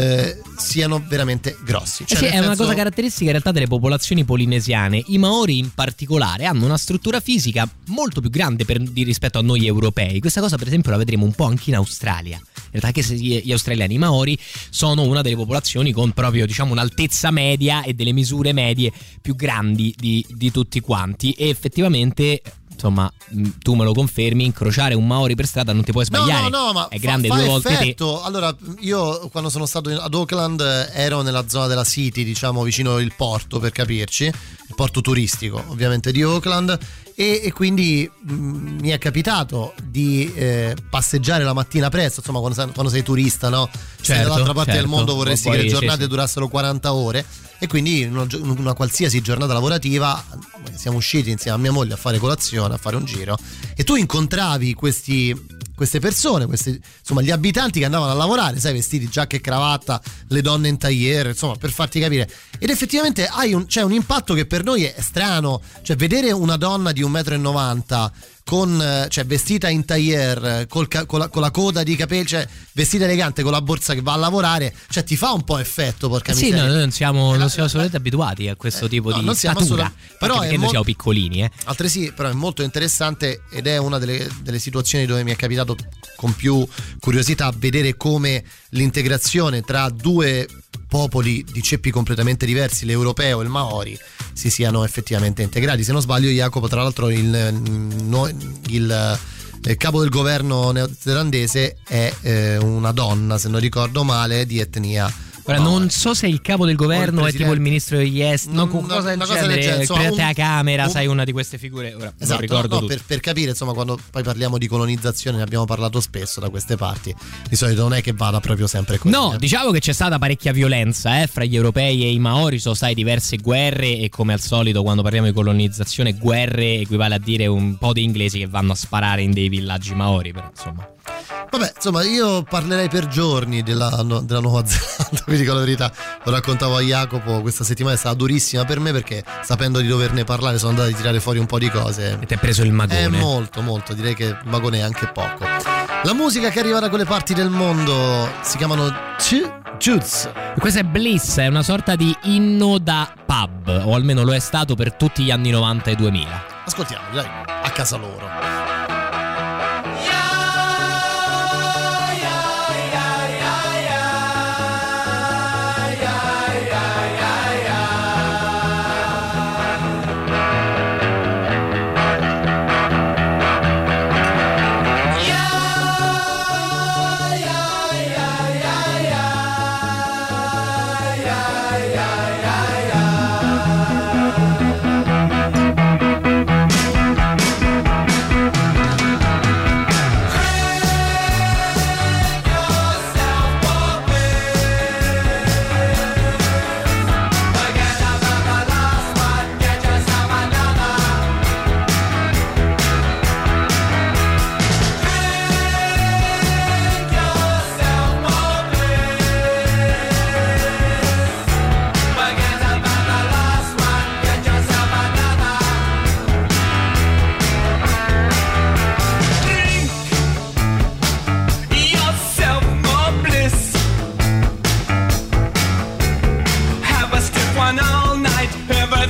siano veramente grossi. Cioè, sì, è una cosa caratteristica in realtà delle popolazioni polinesiane. I Maori in particolare hanno una struttura fisica molto più grande rispetto a noi europei. Questa cosa per esempio la vedremo un po' anche in Australia. In realtà anche se gli australiani, i Maori, sono una delle popolazioni con proprio, diciamo, un'altezza media e delle misure medie più grandi di tutti quanti, e effettivamente, insomma, tu me lo confermi, incrociare un Maori per strada non ti puoi sbagliare. No, ma è grande due volte effetto. Te. Allora, io quando sono stato ad Auckland ero nella zona della City, diciamo vicino il porto, per capirci, il porto turistico ovviamente di Auckland, e quindi mi è capitato di passeggiare la mattina presto, insomma, quando sei turista, no? Sei dall'altra parte del mondo, vorresti che le giornate durassero 40 ore, e quindi in una qualsiasi giornata lavorativa siamo usciti insieme a mia moglie a fare colazione, a fare un giro, e tu incontravi queste persone, insomma, gli abitanti che andavano a lavorare, sai, vestiti giacca e cravatta, le donne in tailleur, insomma, per farti capire. Ed effettivamente c'è un impatto che per noi è strano, cioè vedere una donna di 1,90 m cioè vestita in tailleur, con la coda di capelli, cioè vestita elegante, con la borsa, che va a lavorare, cioè ti fa un po' effetto, porca miseria. Sì, noi non siamo assolutamente abituati a questo tipo di statura, però perché noi siamo piccolini, altresì, però è molto interessante, ed è una delle situazioni dove mi è capitato con più curiosità vedere come l'integrazione tra due popoli di ceppi completamente diversi, l'europeo e il Maori, si siano effettivamente integrati. Se non sbaglio, Jacopo, tra l'altro il capo del governo neozelandese è una donna, se non ricordo male, di etnia. Ora, non so se il capo del governo è tipo il ministro degli esteri, cosa del genere, il presidente della Camera, sai, una di queste figure. Ora esatto, non ricordo tutto. Per capire, insomma, quando poi parliamo di colonizzazione, ne abbiamo parlato spesso da queste parti, di solito non è che vada proprio sempre così. No, diciamo che c'è stata parecchia violenza fra gli europei e i Maori, sono state diverse guerre, e come al solito quando parliamo di colonizzazione, guerre equivale a dire un po' di inglesi che vanno a sparare in dei villaggi Maori, però insomma. Vabbè, insomma, io parlerei per giorni della Nuova Zelanda, vi dico la verità. Lo raccontavo a Jacopo, questa settimana è stata durissima per me, perché sapendo di doverne parlare sono andato a tirare fuori un po' di cose. E ti hai preso il magone? Molto, direi che il magone è anche poco. La musica che arriva da quelle parti del mondo si chiamano Juts. Questa è Bliss, è una sorta di inno da pub, o almeno lo è stato per tutti gli anni 90 e 2000. Ascoltiamo, dai, a casa loro.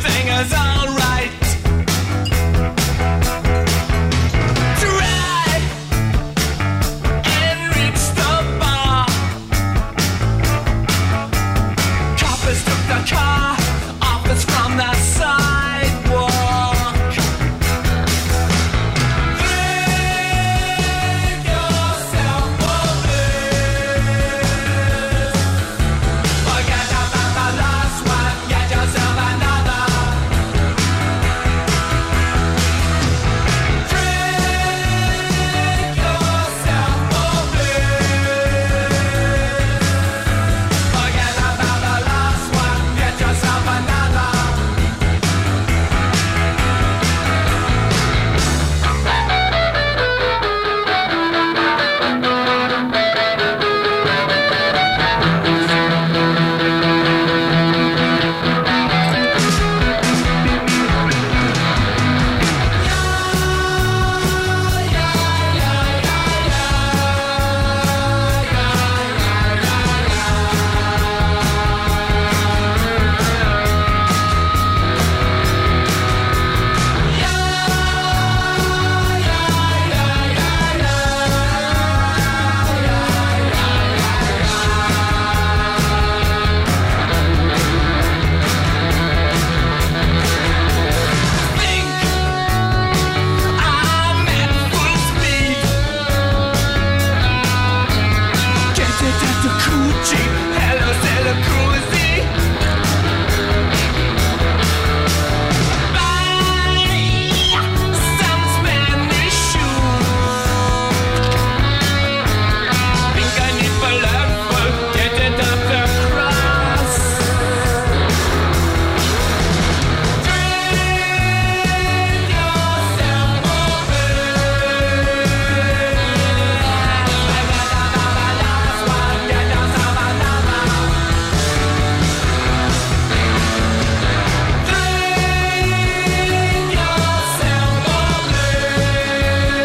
everything is alright. Try and reach the bar. Coppers took the car, office from the sidewalk. Drink yourself a beer. Forget about the last one, get yourself another. Drink yourself a beer. Forget about the last one, get yourself another. I'm at full speed. Get it at the coochie. Hello, Stella Cruzy. Buy some Spanish shoes. Think I need falafel. Get it up the cross. Drink yourself a beer. Last one, get yourself another. Drink yourself a beer.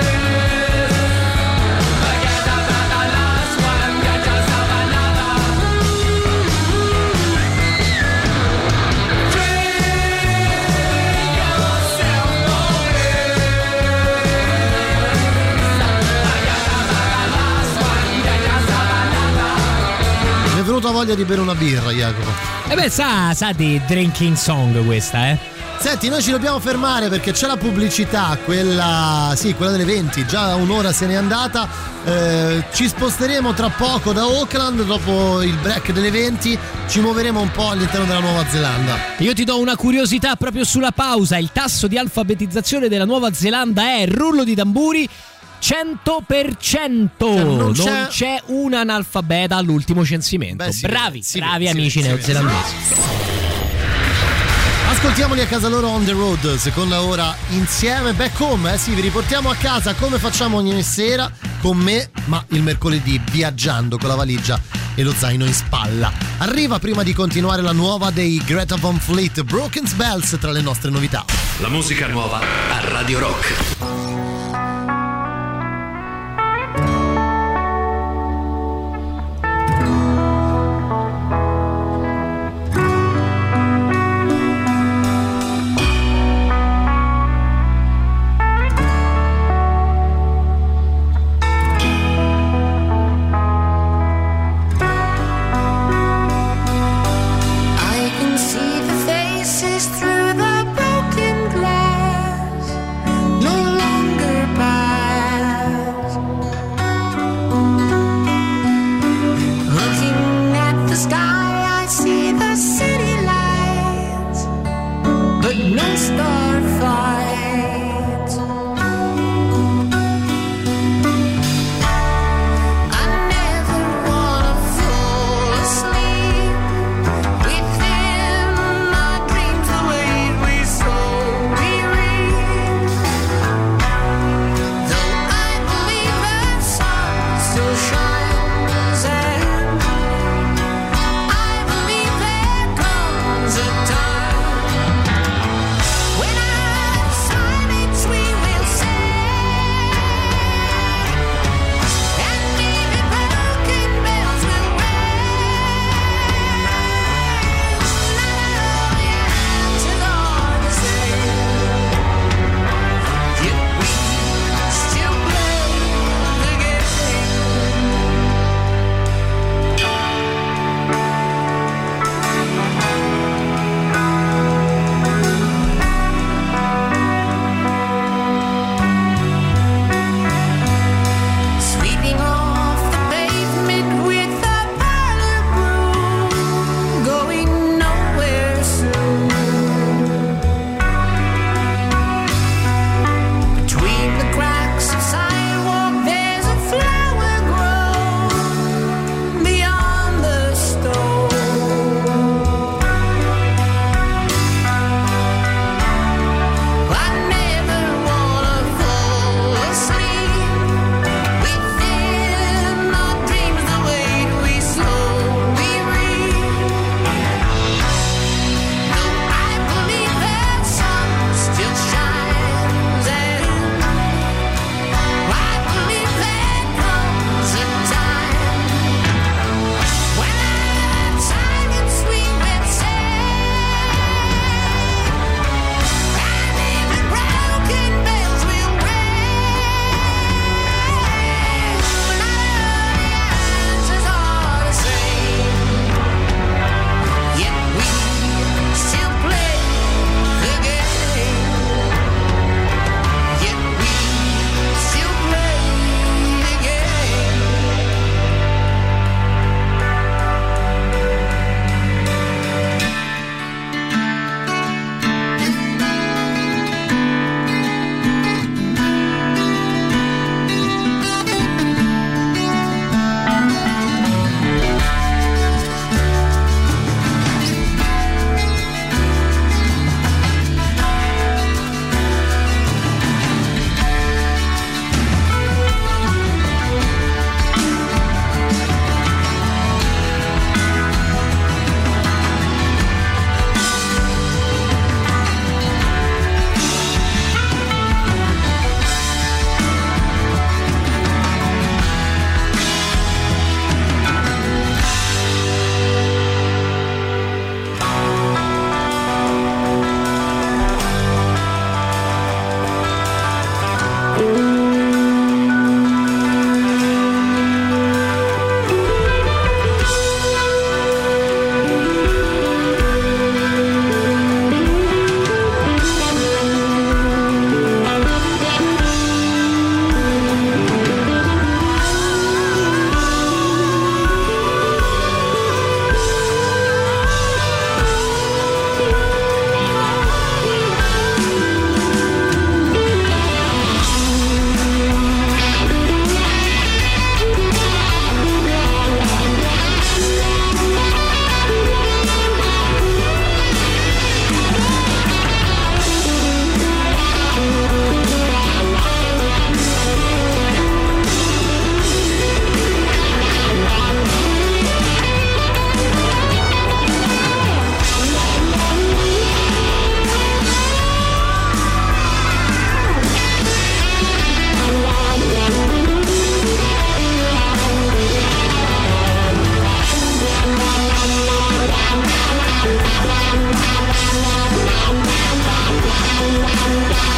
Forget about the last one, get yourself another. Mi è venuta voglia di bere una birra, Jacopo. E beh, sa di drinking song questa, eh? Senti, noi ci dobbiamo fermare perché c'è la pubblicità, quella delle 20, già un'ora se n'è andata. Ci sposteremo tra poco da Auckland, dopo il break delle 20 ci muoveremo un po' all'interno della Nuova Zelanda. Io ti do una curiosità proprio sulla pausa. Il tasso di alfabetizzazione della Nuova Zelanda è, rullo di tamburi, 100%. Non c'è un analfabeta all'ultimo censimento. Beh, sì, bravi sì, amici neozelandesi. Ascoltiamoli a casa loro on the road, seconda ora insieme, back home, sì, vi riportiamo a casa come facciamo ogni sera con me, ma il mercoledì viaggiando con la valigia e lo zaino in spalla. Arriva prima di continuare la nuova dei Greta Van Fleet, Broken Bells tra le nostre novità. La musica nuova a Radio Rock. I can see the faces through the broken glass, no longer past. Looking at the sky, I see the city lights, but no star fights. I never wanna fall asleep within my dreams, the way we sow, we reap. Though I believe that sun still shines, and I believe there comes a time when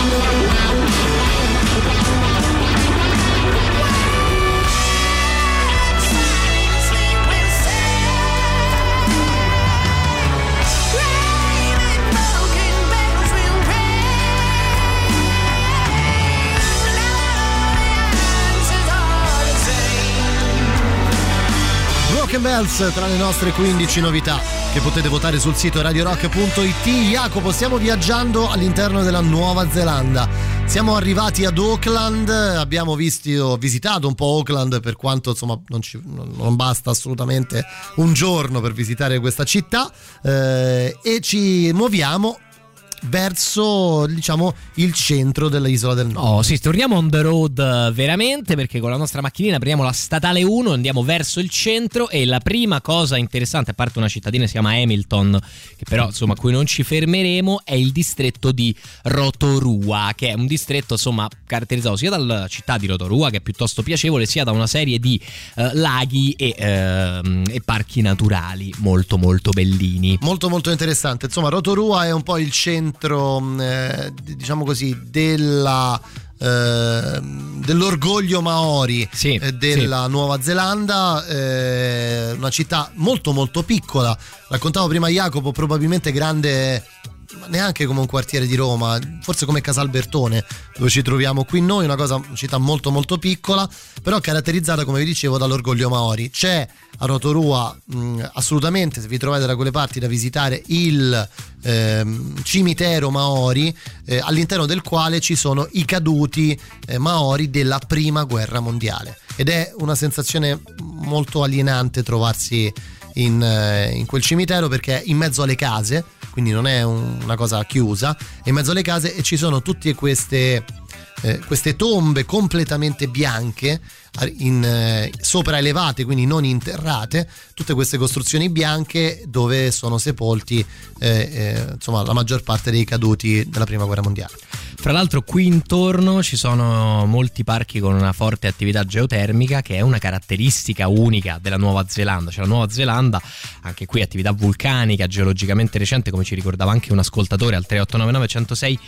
Bells tra le nostre 15 novità che potete votare sul sito radiorock.it. Jacopo, stiamo viaggiando all'interno della Nuova Zelanda. Siamo arrivati ad Auckland, abbiamo visitato un po' Auckland, per quanto insomma non basta assolutamente un giorno per visitare questa città, e ci muoviamo verso, diciamo, il centro dell'isola del Nord. Oh sì, torniamo on the road veramente, perché con la nostra macchinina prendiamo la statale 1, andiamo verso il centro, e la prima cosa interessante, a parte una cittadina che si chiama Hamilton, che però insomma a cui non ci fermeremo, è il distretto di Rotorua, che è un distretto insomma caratterizzato sia dalla città di Rotorua, che è piuttosto piacevole, sia da una serie di laghi e parchi naturali molto molto bellini, molto molto interessante. Insomma, Rotorua è un po' il centro, diciamo così, dell'orgoglio maori, sì, della sì. Nuova Zelanda, una città molto molto piccola. Raccontavo prima Jacopo, probabilmente grande neanche come un quartiere di Roma, forse come Casalbertone, dove ci troviamo qui noi, una città molto molto piccola, però caratterizzata, come vi dicevo, dall'orgoglio maori. C'è a Rotorua assolutamente, se vi trovate da quelle parti, da visitare il cimitero maori, all'interno del quale ci sono i caduti maori della prima guerra mondiale, ed è una sensazione molto alienante trovarsi in quel cimitero, perché è in mezzo alle case, quindi non è una cosa chiusa, è in mezzo alle case, e ci sono tutte queste tombe completamente bianche, sopraelevate, quindi non interrate, tutte queste costruzioni bianche dove sono sepolti insomma la maggior parte dei caduti della prima guerra mondiale. Fra l'altro qui intorno ci sono molti parchi con una forte attività geotermica, che è una caratteristica unica della Nuova Zelanda. Cioè la Nuova Zelanda, anche qui attività vulcanica geologicamente recente, come ci ricordava anche un ascoltatore al 3899 106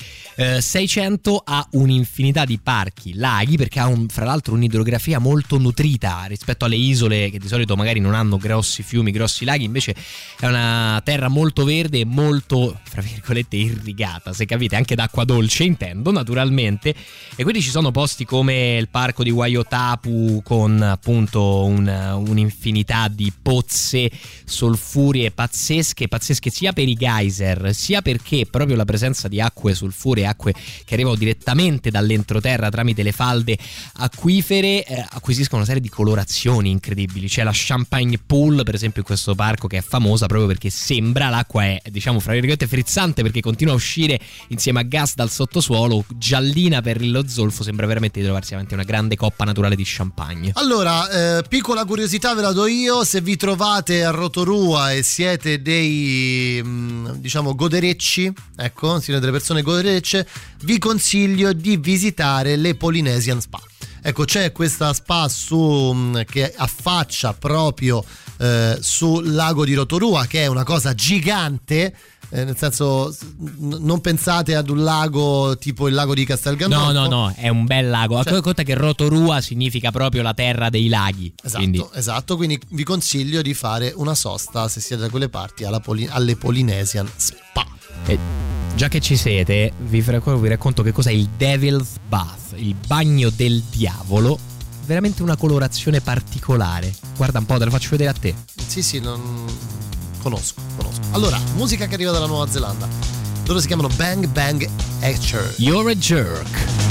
600, ha un'infinità di parchi, laghi, perché ha fra l'altro un'idrografia molto nutrita rispetto alle isole che di solito magari non hanno grossi fiumi, grossi laghi. Invece è una terra molto verde e molto, fra virgolette, irrigata, se capite, anche d'acqua dolce intendo, naturalmente. E quindi ci sono posti come il parco di Waiotapu, con appunto un'infinità di pozze solfurie pazzesche sia per i geyser, sia perché proprio la presenza di acque sulfuree, acque che arrivano direttamente dall'entroterra tramite le falde acquifere, acquisiscono una serie di colorazioni incredibili. C'è la Champagne Pool, per esempio, in questo parco, che è famosa proprio perché sembra, l'acqua è, diciamo, fra virgolette frizzante, perché continua a uscire insieme a gas dal sottosuolo, giallina per lo zolfo, sembra veramente di trovarsi davanti a una grande coppa naturale di champagne. Allora, piccola curiosità ve la do io: se vi trovate a Rotorua e siete dei diciamo goderecci, ecco, siete delle persone goderecce, vi consiglio di visitare le Polynesian Spa. Ecco, c'è questa spa che affaccia proprio sul lago di Rotorua, che è una cosa gigante, nel senso, non pensate ad un lago tipo il lago di Castel Gandolfo. No, è un bel lago. Cioè, conta che Rotorua significa proprio la terra dei laghi. Esatto, quindi vi consiglio di fare una sosta, se siete da quelle parti, alle Polynesian Spa. Già che ci siete, vi racconto che cos'è il Devil's Bath, il bagno del diavolo. Veramente una colorazione particolare. Guarda un po', te lo faccio vedere a te. Sì, non conosco. Allora, musica che arriva dalla Nuova Zelanda. Loro si chiamano Bang Bang Etcher. You're a jerk.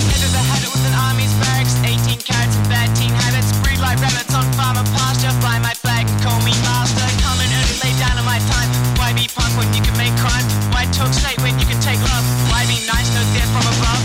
When you can make crime, why talk straight when you can take love? Why be nice, no death from above?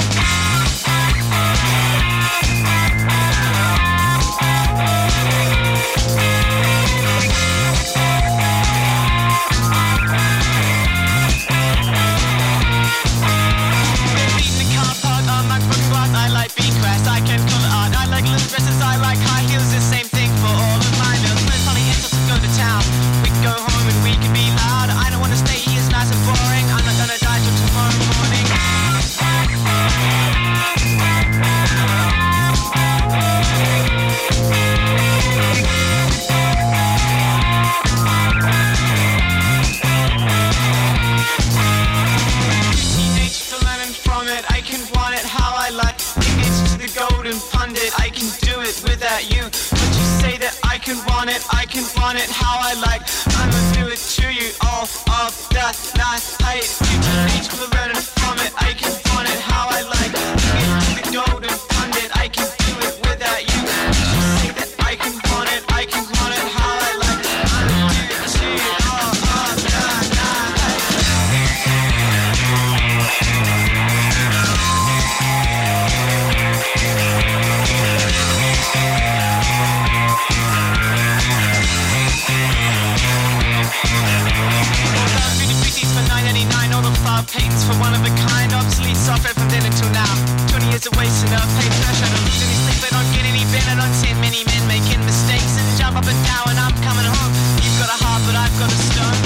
Beating the car park, amongst broken glass, I like being crass, I can call it art. I like little dresses, I like high heels, the same thing for all of my meals. No funny answers to go to town, we can go home and we can be loud. I don't wanna stay here, it's nice and boring, I'm not gonna die. golden pundit, I can do it without you. But you say that I can want it how I like. I'ma do it to you all of the night. I age for learning from it, I can want it how I like. You get the golden pundit, I can do it without you. You say that I can want it how I like. I'ma do it to you all of the night. For $9.99, all the file patents for one of a kind, obsolete software from then until now. 20 years of wasting up, paid pressure, don't lose any sleep, I don't get any better. I don't see many men making mistakes and jump up and down when I'm coming home. You've got a heart, but I've got a stone.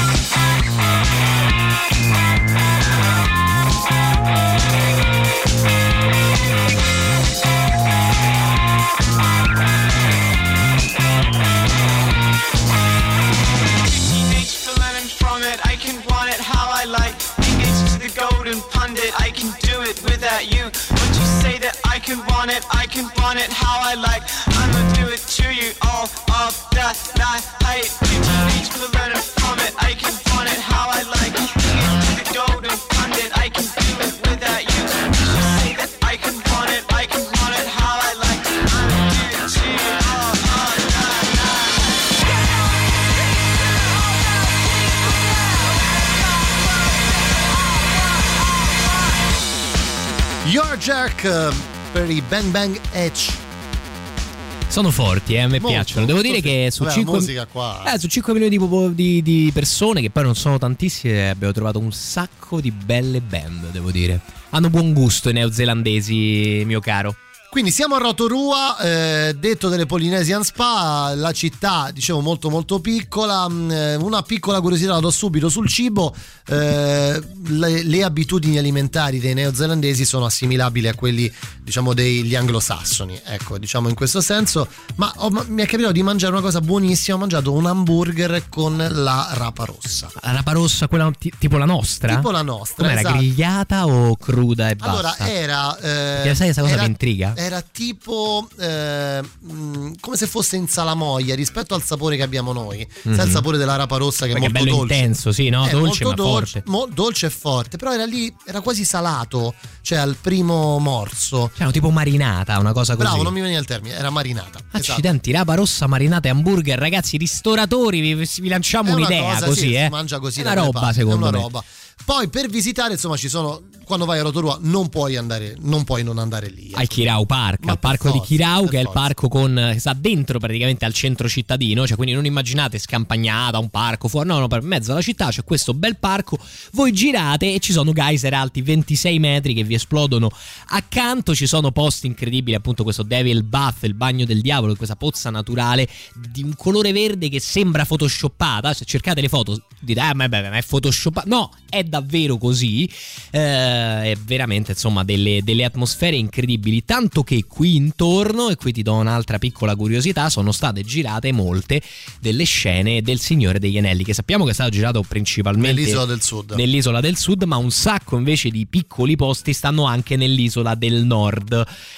Teenage for learning from it, I can want it how I like. Engage to the golden pundit, I can do it without you. But you say that I can want it how I like. I'ma do it to you all of the night. Hey, teenage for learning from it, I can want it how I like. Engage to the golden pundit, I can do it without you. But you say that I can want it how I like. I'ma do it to you all of the night. Your Jack per i Bang Bang Edge. Sono forti, a me piacciono. Devo dire che su 5 milioni di persone, che poi non sono tantissime, abbiamo trovato un sacco di belle band, devo dire. Hanno buon gusto i neozelandesi, mio caro. Quindi siamo a Rotorua, detto delle Polynesian Spa, la città, dicevo, molto molto piccola. Una piccola curiosità la do subito sul cibo. Le abitudini alimentari dei neozelandesi sono assimilabili a quelli, diciamo, degli anglosassoni, ecco, diciamo in questo senso. Ma mi è capitato di mangiare una cosa buonissima. Ho mangiato un hamburger con la rapa rossa. La rapa rossa, quella tipo la nostra? Tipo la nostra. Come esatto. Era grigliata o cruda e basta? Allora era perché sai questa cosa mi intriga? Era tipo come se fosse in salamoia rispetto al sapore che abbiamo noi. Sai il sapore della rapa rossa che perché è molto bello dolce, intenso, sì, no? Dolce molto ma forte. Dolce e forte, però era quasi salato, cioè al primo morso. Cioè, tipo marinata, una cosa così. Bravo, non mi veniva il termine, era marinata. Accidenti, esatto. Rapa rossa marinata e hamburger, ragazzi, ristoratori, vi lanciamo un'idea cosa, così, si mangia così, è una roba, secondo me. Roba. Poi per visitare, insomma, ci sono, quando vai a Rotorua non puoi non andare lì. Al Chirau Park, al parco di Chirau, che è il parco che sta dentro praticamente al centro cittadino, cioè quindi non immaginate scampagnata, un parco fuori, no, per mezzo alla città c'è questo bel parco, voi girate e ci sono geyser alti 26 metri che vi esplodono accanto, ci sono posti incredibili, appunto questo Devil Bath, il bagno del diavolo, questa pozza naturale di un colore verde che sembra photoshoppata, se cercate le foto dite ma è photoshoppata, no, è davvero così, è veramente, insomma, delle atmosfere incredibili, tanto che qui intorno, e qui ti do un'altra piccola curiosità, sono state girate molte delle scene del Signore degli Anelli, che sappiamo che è stato girato principalmente nell'isola del sud, ma un sacco invece di piccoli posti stanno anche nell'isola del nord,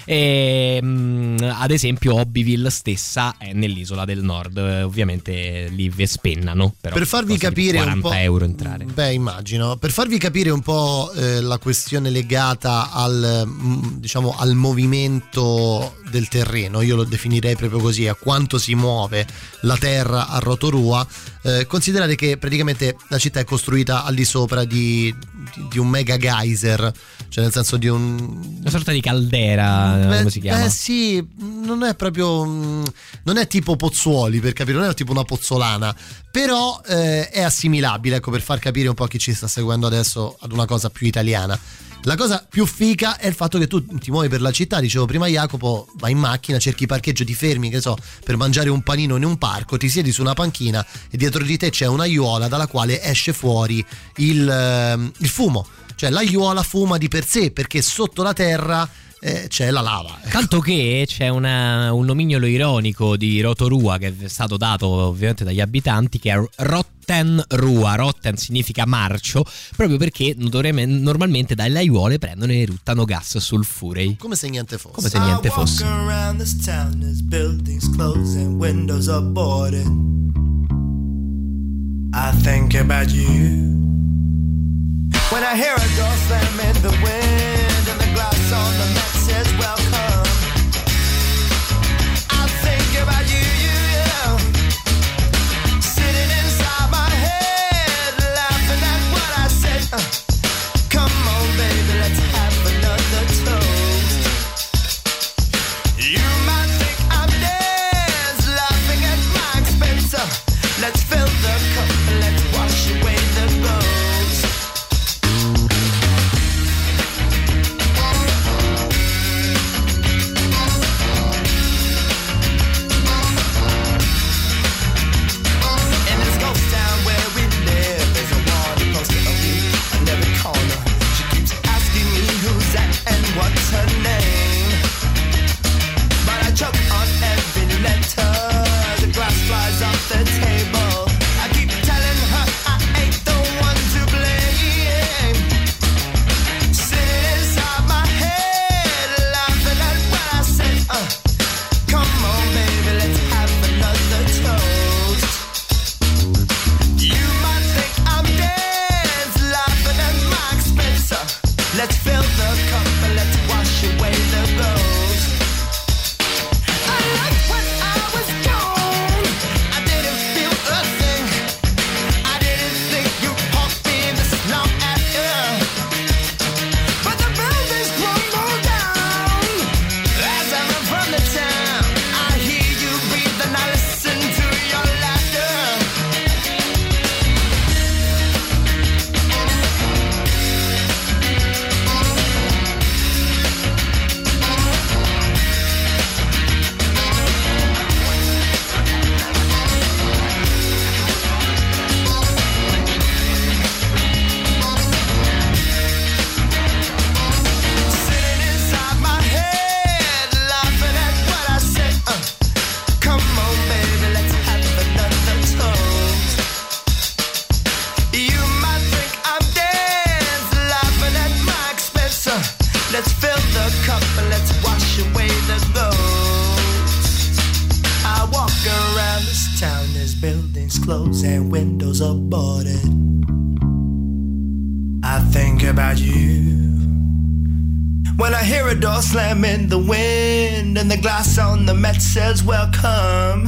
ad esempio Hobbyville stessa è nell'isola del nord, ovviamente lì vi spennano, però per farvi capire 40 un po', euro entrare. Beh, immagino, per farvi capire un po' la questione legata al movimento del terreno, io lo definirei proprio così, a quanto si muove la terra a Rotorua. Considerate che praticamente la città è costruita al di sopra di un mega geyser, cioè nel senso di una sorta di caldera, come si chiama? Sì, non è proprio, non è tipo Pozzuoli, per capire, non è tipo una pozzolana, però è assimilabile, ecco, per far capire un po' a chi ci sta seguendo adesso ad una cosa più italiana. La cosa più figa è il fatto che tu ti muovi per la città, dicevo prima Jacopo, vai in macchina, cerchi parcheggio, ti fermi, che so, per mangiare un panino in un parco, ti siedi su una panchina e dietro di te c'è un'aiuola dalla quale esce fuori il fumo, cioè l'aiuola fuma di per sé perché sotto la terra c'è la lava. Tanto che c'è un nomignolo ironico di Rotorua che è stato dato ovviamente dagli abitanti, che è Rottenrua. Rotten significa marcio, proprio perché normalmente dalle aiuole prendono e eruttano gas sulfurei. Come se niente fosse. Come se niente fosse. I think about you when I hear a door slam in the wind and the glass on the mat says welcome. I think about you, sitting inside my head, laughing at what I said. Come on, baby, let's have another toast. You might think I'm dead, laughing at my expense. Let's fill the cup, let's wash away the ghost. In this ghost town where we live, there's a wanted poster of you on every corner. She keeps asking me who's that and what's her name, but I choke on every letter. The glass flies off the table. I keep telling her I ain't the one to blame. Sitting inside my head, laughing at what I said. Come on, baby, let's have another toast. You might think I'm dead, laughing at my expense. Let's fill the cup and let's wash away the ghost. I liked when I was gone. I didn't feel a thing. I didn't think you'd haunt me this long at all. But the buildings crumble down as I run from the town. I hear you breathe and I listen to your laughter. Sitting inside my head, laughing at what I said. Come on, baby, let's have another toast. You might think I'm dead, laughing at my expense. Let's fill the cup and let's wash away the ghost. I walk around this town, there's buildings closed and windows are boarded. I think about you when I hear a door slam in the wind and the glass on the mat says welcome.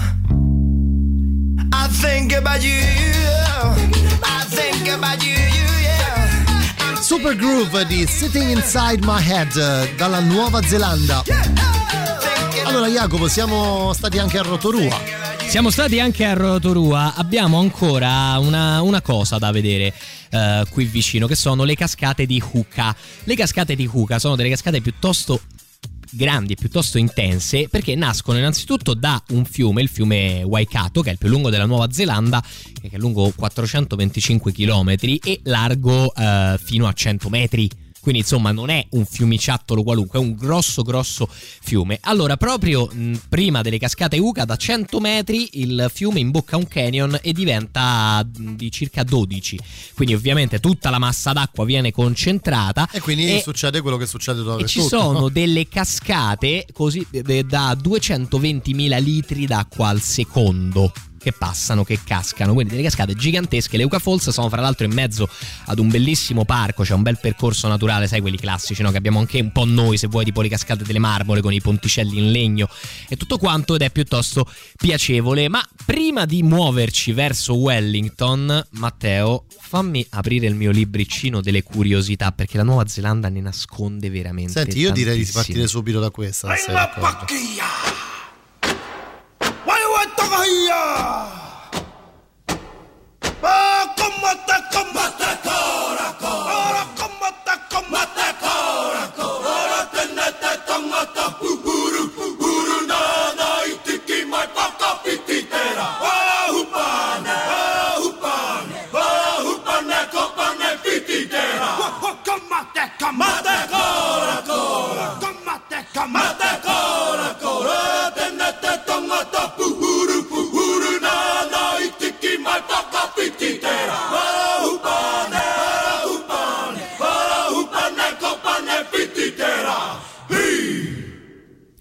I think about you. I think about you, yeah. Super Groove di Sitting Inside My Head dalla Nuova Zelanda. Allora Jacopo, siamo stati anche a Rotorua. Siamo stati anche a Rotorua, abbiamo ancora una cosa da vedere qui vicino, che sono le cascate di Hooka. Le cascate di Hooka sono delle cascate piuttosto grandi e piuttosto intense, perché nascono innanzitutto da un fiume, il fiume Waikato, che è il più lungo della Nuova Zelanda, che è lungo 425 km e largo fino a 100 metri. Quindi insomma non è un fiumiciattolo qualunque, è un grosso fiume. Allora proprio prima delle cascate Hooka, da 100 metri il fiume imbocca un canyon e diventa di circa 12. Quindi ovviamente tutta la massa d'acqua viene concentrata. E quindi succede quello che succede dove e ci sono delle cascate così da 220.000 litri d'acqua al secondo che passano, che cascano, quindi delle cascate gigantesche. Le Hooka Falls sono fra l'altro in mezzo ad un bellissimo parco, c'è un bel percorso naturale, sai, quelli classici, no? Che abbiamo anche un po' noi, se vuoi, tipo le cascate delle Marmore con i ponticelli in legno e tutto quanto, ed è piuttosto piacevole. Ma prima di muoverci verso Wellington, Matteo, fammi aprire il mio libricino delle curiosità, perché la Nuova Zelanda ne nasconde veramente. Senti, io direi di partire subito da questa. Se sei d'accordo.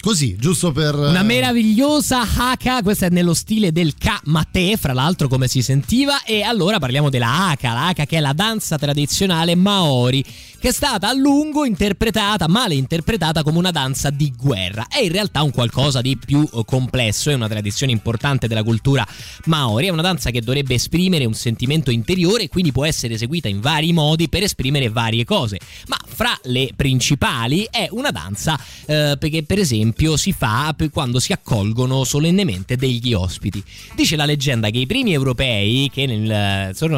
Così, giusto per... Una meravigliosa haka, questa è nello stile del Ka-Mate, fra l'altro, come si sentiva. E allora parliamo della haka, la haka che è la danza tradizionale maori, che è stata a lungo male interpretata come una danza di guerra. È in realtà un qualcosa di più complesso, è una tradizione importante della cultura maori, è una danza che dovrebbe esprimere un sentimento interiore e quindi può essere eseguita in vari modi per esprimere varie cose. Ma fra le principali è una danza che per esempio si fa quando si accolgono solennemente degli ospiti. Dice la leggenda che i primi europei che inizio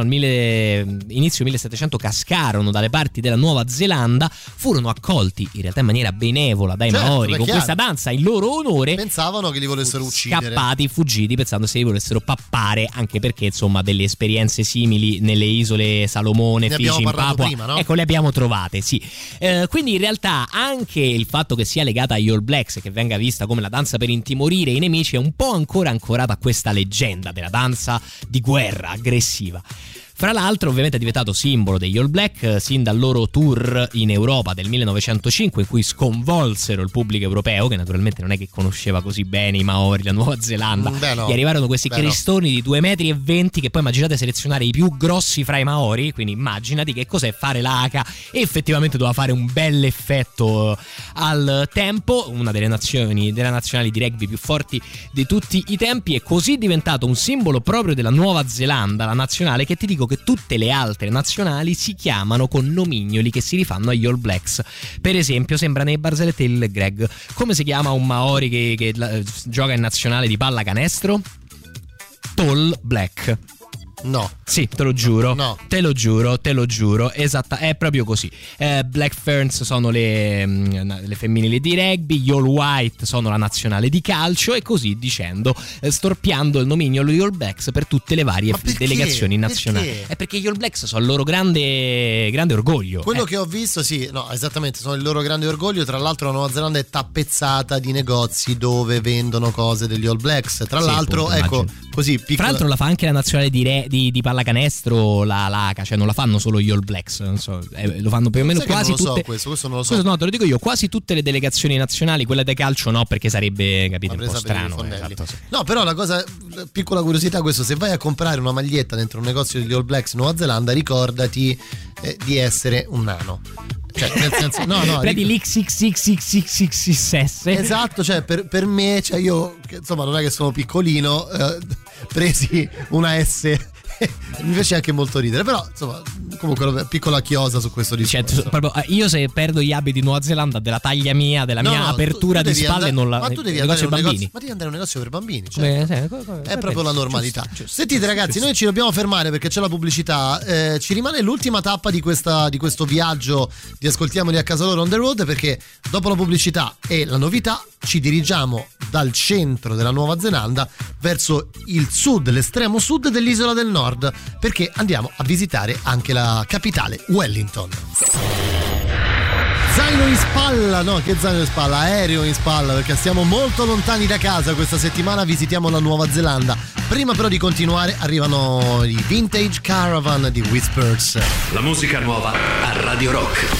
1700 cascarono dalle parti della Nuova Zelanda furono accolti in realtà in maniera benevola dai Maori con questa danza in loro onore. Pensavano che li volessero uccidere, scappati, fuggiti, pensando se li volessero pappare, anche perché insomma delle esperienze simili nelle isole Salomone, Fiji, in Papua, prima, no? Ecco, le abbiamo trovate, sì. Quindi in realtà anche il fatto che sia legata agli All Blacks, che venga vista come la danza per intimorire i nemici, è un po' ancora ancorata a questa leggenda della danza di guerra aggressiva. Fra l'altro ovviamente è diventato simbolo degli All Black sin dal loro tour in Europa del 1905, in cui sconvolsero il pubblico europeo, che naturalmente non è che conosceva così bene i Maori, la Nuova Zelanda. Gli arrivarono questi cristoni di 2,20 metri, che poi immaginate selezionare i più grossi fra i Maori, quindi immaginati che cos'è fare la haka, e effettivamente doveva fare un bel effetto al tempo. Una delle nazionali di rugby più forti di tutti i tempi, è così diventato un simbolo proprio della Nuova Zelanda, la nazionale, che ti dico che tutte le altre nazionali si chiamano con nomignoli che si rifanno agli All Blacks. Per esempio, sembra nei barzellette il Greg. Come si chiama un Maori che gioca in nazionale di pallacanestro? Tall Black. No. Sì, te lo giuro. No. Te lo giuro. Esatta, è proprio così. Black Ferns sono le femminili di rugby, gli All White sono la nazionale di calcio, e così dicendo, storpiando il nomignolo di All Blacks per tutte le varie delegazioni nazionali. Perché? È perché gli All Blacks sono il loro grande orgoglio. Quello che ho visto, sì, no, esattamente, sono il loro grande orgoglio. Tra l'altro la Nuova Zelanda è tappezzata di negozi dove vendono cose degli All Blacks. Tra l'altro, appunto, ecco, immagino. Così piccola... Tra l'altro la fa anche la nazionale di pallacanestro, la haka, cioè non la fanno solo gli All Blacks, non so, lo fanno più o meno quasi tutte. Questo non lo so. No, te lo dico io, quasi tutte le delegazioni nazionali, quella del calcio no, perché sarebbe, capito, un po' strano. Esatto, sì. No, però la piccola curiosità, questo, se vai a comprare una maglietta dentro un negozio degli All Blacks Nuova Zelanda, ricordati di essere un nano. Cioè, nel senso, prendi l'XXXXXXS. Esatto, cioè per me, cioè io, insomma, non è che sono piccolino, presi una S. Mi piace anche molto ridere, però insomma, comunque piccola chiosa su questo discorso. Cioè, proprio, io se perdo gli abiti di Nuova Zelanda della taglia mia, della mia apertura di spalle, non la. Ma tu devi andare bambini. Ma devi andare a un negozio per bambini, cioè. È proprio la normalità. Giusto. Sentite ragazzi, noi ci dobbiamo fermare perché c'è la pubblicità. Ci rimane l'ultima tappa di questo viaggio di Ascoltiamoli a casa loro on the road, perché dopo la pubblicità e la novità ci dirigiamo dal centro della Nuova Zelanda verso il sud, l'estremo sud dell'isola del nord, perché andiamo a visitare anche la capitale, Wellington. Zaino in spalla, no, che zaino in spalla, aereo in spalla, perché siamo molto lontani da casa questa settimana, visitiamo la Nuova Zelanda. Prima però di continuare arrivano i Vintage Caravan di Whispers. La musica nuova a Radio Rock.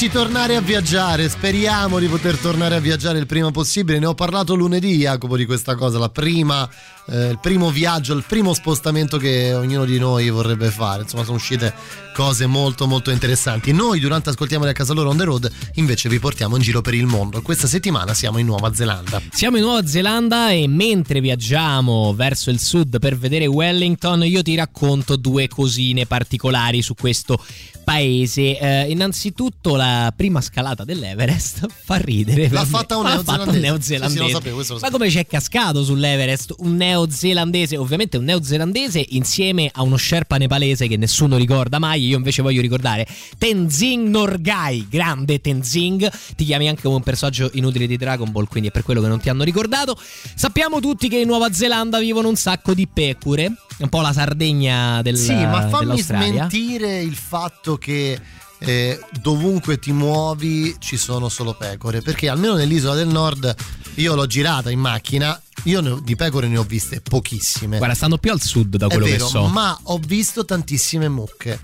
Amici, tornare a viaggiare, speriamo di poter tornare a viaggiare il prima possibile. Ne ho parlato lunedì, Jacopo, di questa cosa, il primo viaggio, il primo spostamento che ognuno di noi vorrebbe fare. Insomma, sono uscite cose molto molto interessanti. Noi durante Ascoltiamoli a casa loro on the road invece vi portiamo in giro per il mondo. Questa settimana siamo in Nuova Zelanda. Siamo in Nuova Zelanda e mentre viaggiamo verso il sud per vedere Wellington io ti racconto due cosine particolari su questo paese. Innanzitutto la prima scalata dell'Everest fa ridere. L'ha fatta un neozelandese. Sì, lo sapevo, questo lo sapevo. Ma come c'è cascato sull'Everest un neozelandese, ovviamente un neozelandese insieme a uno sherpa nepalese che nessuno ricorda mai. Io invece voglio ricordare Tenzing Norgay, grande Tenzing. Ti chiami anche come un personaggio inutile di Dragon Ball, quindi è per quello che non ti hanno ricordato. Sappiamo tutti che in Nuova Zelanda vivono un sacco di pecore, un po' la Sardegna Sì, ma fammi dell'Australia. smentire il fatto che dovunque ti muovi ci sono solo pecore, perché almeno nell'isola del nord, io l'ho girata in macchina, io di pecore ne ho viste pochissime. Guarda, stanno più al sud da quello è vero, che so. Ma ho visto tantissime mucche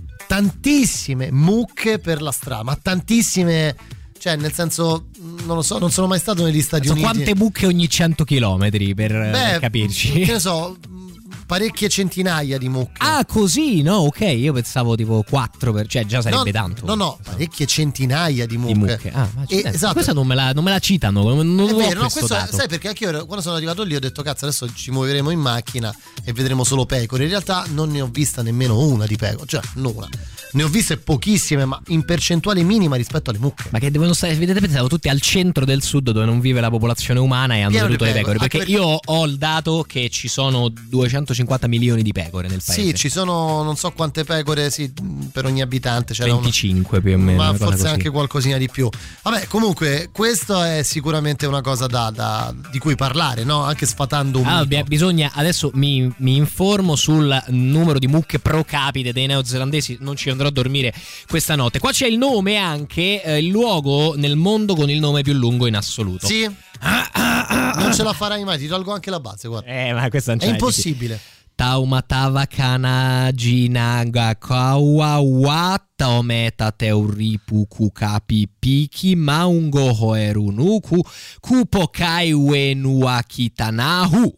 per la strada, ma tantissime, cioè nel senso, non lo so, non sono mai stato negli Stati Uniti. Quante mucche ogni 100 chilometri per capirci? Che ne so, parecchie centinaia di mucche. Ah, così? No, ok, io pensavo tipo 4, cioè già sarebbe tanto. No, parecchie centinaia di mucche. Ah, ma esatto. Questa non me la citano, non è ho vero, questo questo dato. sai perché anche io quando sono arrivato lì ho detto cazzo, adesso ci muoveremo in macchina e vedremo solo pecore. In realtà non ne ho vista nemmeno una di pecore, cioè una. Ne ho viste pochissime, ma in percentuale minima rispetto alle mucche. Ma che devono stare, vedete, pensavo tutti al centro del sud dove non vive la popolazione umana e hanno veduto le pecore. Perché io ho il dato che ci sono 250 milioni di pecore nel paese. Sì, ci sono non so quante pecore per ogni abitante. 25 più o meno. Ma forse anche qualcosina di più. Vabbè, comunque, questo è sicuramente una cosa di cui parlare, no? Anche sfatando un mito. Bisogna, adesso mi informo sul numero di mucche pro capite dei neozelandesi, non ci andrò a dormire questa notte. Qua c'è il nome anche, il luogo nel mondo con il nome più lungo in assoluto. Sì. Non ce la farai mai, ti tolgo anche la base, guarda. Ma questa non è impossibile. Taumatava kana jinaga kawa wata ometa teuripu kukapi piki maungo hoerunuku kupokai wenuakitanahu.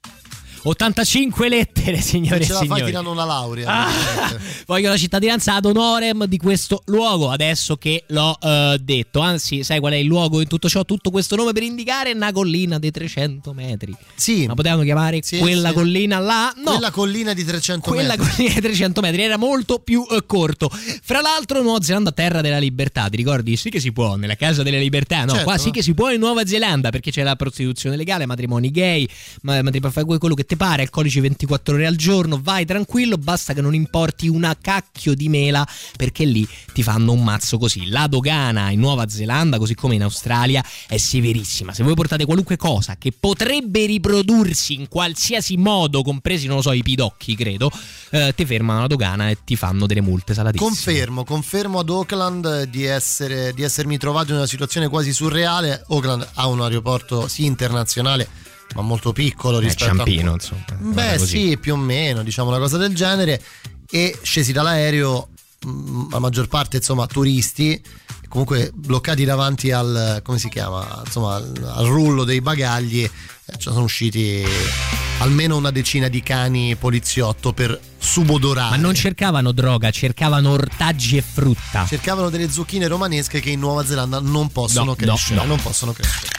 85 lettere, signore e signori. Ce la fai, ti danno una laurea. Voglio la cittadinanza ad honorem di questo luogo, adesso che l'ho detto. Anzi, sai qual è il luogo in tutto ciò? Tutto questo nome per indicare una collina di 300 metri. Sì. Ma potevano chiamare quella collina là? No. Quella collina di 300 metri. Quella collina di 300 metri era molto più corto. Fra l'altro, Nuova Zelanda, terra della libertà. Ti ricordi? Sì che si può, nella casa delle libertà. No, certo. Qua sì che si può in Nuova Zelanda, perché c'è la prostituzione legale, matrimoni gay, fai quello che ti pare, il codice 24 ore al giorno, vai tranquillo, basta che non importi una cacchio di mela, perché lì ti fanno un mazzo così. La dogana in Nuova Zelanda, così come in Australia, è severissima. Se voi portate qualunque cosa che potrebbe riprodursi in qualsiasi modo, compresi, non lo so, i pidocchi, credo, ti fermano la dogana e ti fanno delle multe salatissime. Confermo ad Auckland di essermi trovato in una situazione quasi surreale. Auckland ha un aeroporto sì internazionale, ma molto piccolo rispetto Ciampino, insomma. Beh, sì, più o meno, diciamo una cosa del genere. E scesi dall'aereo, la maggior parte, insomma, turisti, comunque bloccati davanti al, come si chiama, insomma, al rullo dei bagagli. Ci sono usciti almeno una decina di cani poliziotto per subodorare. Ma non cercavano droga, cercavano ortaggi e frutta. Cercavano delle zucchine romanesche che in Nuova Zelanda non possono crescere. Non possono crescere.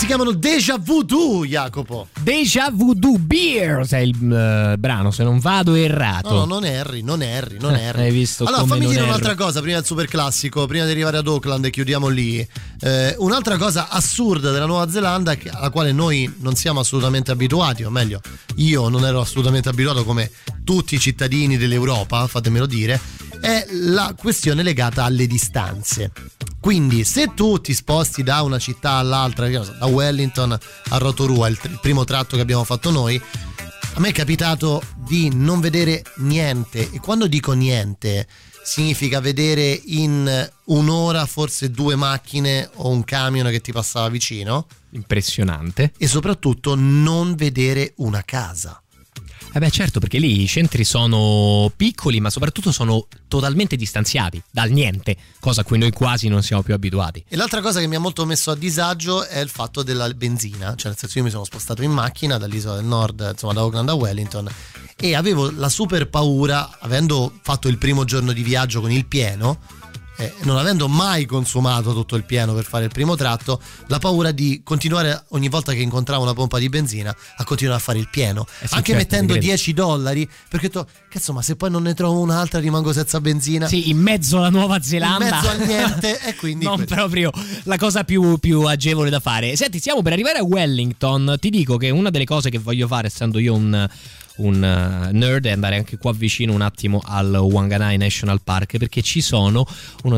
si chiamano Deja Voodoo, Jacopo. Deja Voodoo Beers è il brano, se non vado errato. No, non erri. Hai visto? Allora, come fammi dire non un'altra cosa prima del super classico, prima di arrivare ad Auckland e chiudiamo lì. Un'altra cosa assurda della Nuova Zelanda, alla quale noi non siamo assolutamente abituati, o meglio, io non ero assolutamente abituato come tutti i cittadini dell'Europa, fatemelo dire, è la questione legata alle distanze. Quindi se tu ti sposti da una città all'altra, da Wellington a Rotorua, il primo tratto che abbiamo fatto noi, a me è capitato di non vedere niente, e quando dico niente significa vedere in un'ora forse 2 macchine o un camion che ti passava vicino. Impressionante. E soprattutto non vedere una casa. Certo, perché lì i centri sono piccoli, ma soprattutto sono totalmente distanziati dal niente, cosa a cui noi quasi non siamo più abituati. E l'altra cosa che mi ha molto messo a disagio è il fatto della benzina, cioè nel senso, io mi sono spostato in macchina dall'isola del nord, insomma da Auckland a Wellington, e avevo la super paura, avendo fatto il primo giorno di viaggio con il pieno, non avendo mai consumato tutto il pieno per fare il primo tratto, la paura di continuare ogni volta che incontravo una pompa di benzina a continuare a fare il pieno, anche mettendo $10, perché cazzo, ma se poi non ne trovo un'altra rimango senza benzina. Sì, in mezzo alla Nuova Zelanda, in mezzo al niente, e quindi non proprio la cosa più agevole da fare. Senti, stiamo per arrivare a Wellington. Ti dico che una delle cose che voglio fare, essendo io un nerd, è andare anche qua vicino un attimo al Whanganui National Park, perché ci sono uno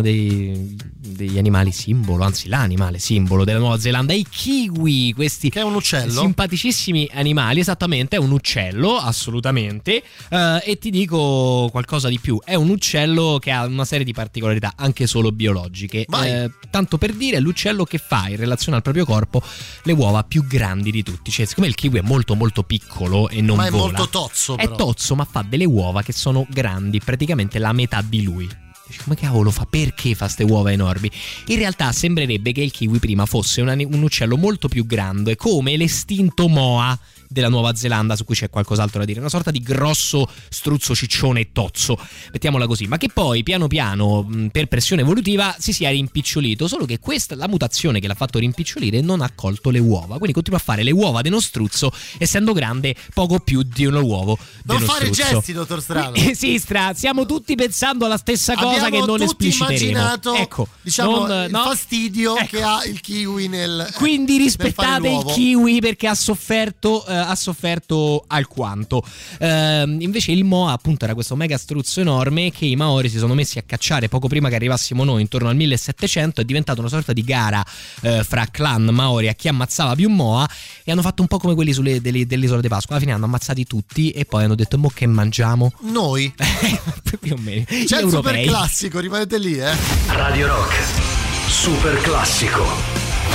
degli animali simbolo, anzi l'animale simbolo della Nuova Zelanda, i kiwi, questi che è un uccello, simpaticissimi animali. Esattamente, è un uccello, assolutamente, e ti dico qualcosa di più, è un uccello che ha una serie di particolarità anche solo biologiche. Tanto per dire, è l'uccello che fa in relazione al proprio corpo le uova più grandi di tutti, cioè siccome il kiwi è molto molto piccolo e non vola, molto tozzo, però. È tozzo, ma fa delle uova che sono grandi praticamente la metà di lui. Come cavolo fa? Perché fa ste uova enormi? In realtà sembrerebbe che il kiwi prima fosse un uccello molto più grande, come l'estinto moa della Nuova Zelanda, su cui c'è qualcos'altro da dire, una sorta di grosso struzzo ciccione e tozzo, mettiamola così, ma che poi piano piano per pressione evolutiva si sia rimpicciolito, solo che la mutazione che l'ha fatto rimpicciolire non ha colto le uova, quindi continua a fare le uova dello struzzo, essendo grande poco più di un uovo dello non fare struzzo. Gesti, dottor Strano. Sì, stiamo tutti pensando alla stessa cosa, che non espliciteremo. Immaginato, ecco, il fastidio che ha il kiwi nel quindi rispettate il kiwi, perché ha sofferto alquanto. Invece il moa, appunto, era questo mega struzzo enorme che i Maori si sono messi a cacciare poco prima che arrivassimo noi, intorno al 1700. È diventata una sorta di gara fra clan Maori a chi ammazzava più moa, e hanno fatto un po' come quelli dell'isola di Pasqua. Alla fine hanno ammazzati tutti e poi hanno detto: mo che mangiamo? Noi più o meno. C'è il super classico, rimanete lì, Radio Rock super classico.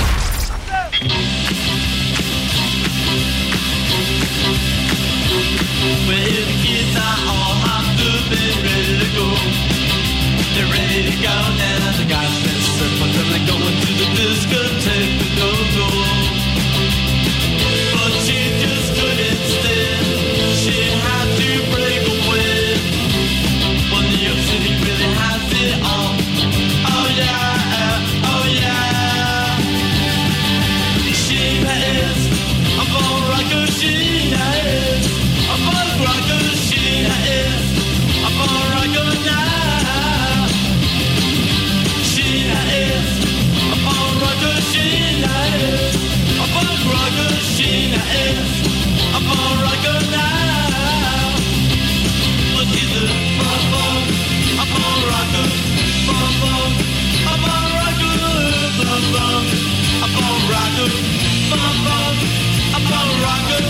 Well, the kids are all hopped up and ready to go. They're ready to go now. The guys been surfing till they're going to the discotheque to go. But she just couldn't stand. She had to break away. Well, New York City really has it all. Oh yeah, oh yeah. She is a bone rocker, she is. A bone rocker, she is. A bone rocker now. She is. A bone rocker, she is. A bone rocker, she is. A bone rocker now. But she's a bone rocker, bone, a bone rocker, bone, a bone rocker, bone, a bone rocker.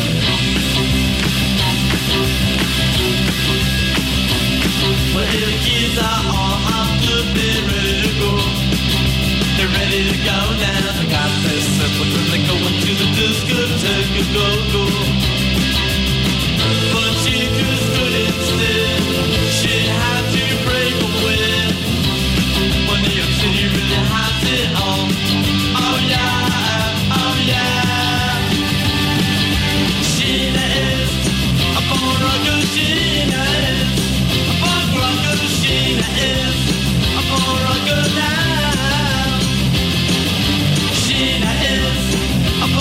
Well, the kids are all hopped up, they're ready to go. They're ready to go now. They got their circle till they're going to the discotheque, go. But she just couldn't stay. She had to break away. Well, New York City really has it all. Oh yeah, oh yeah. She is a bone rocker, she is. A bone rocker, she is. A bone rocker now. She is a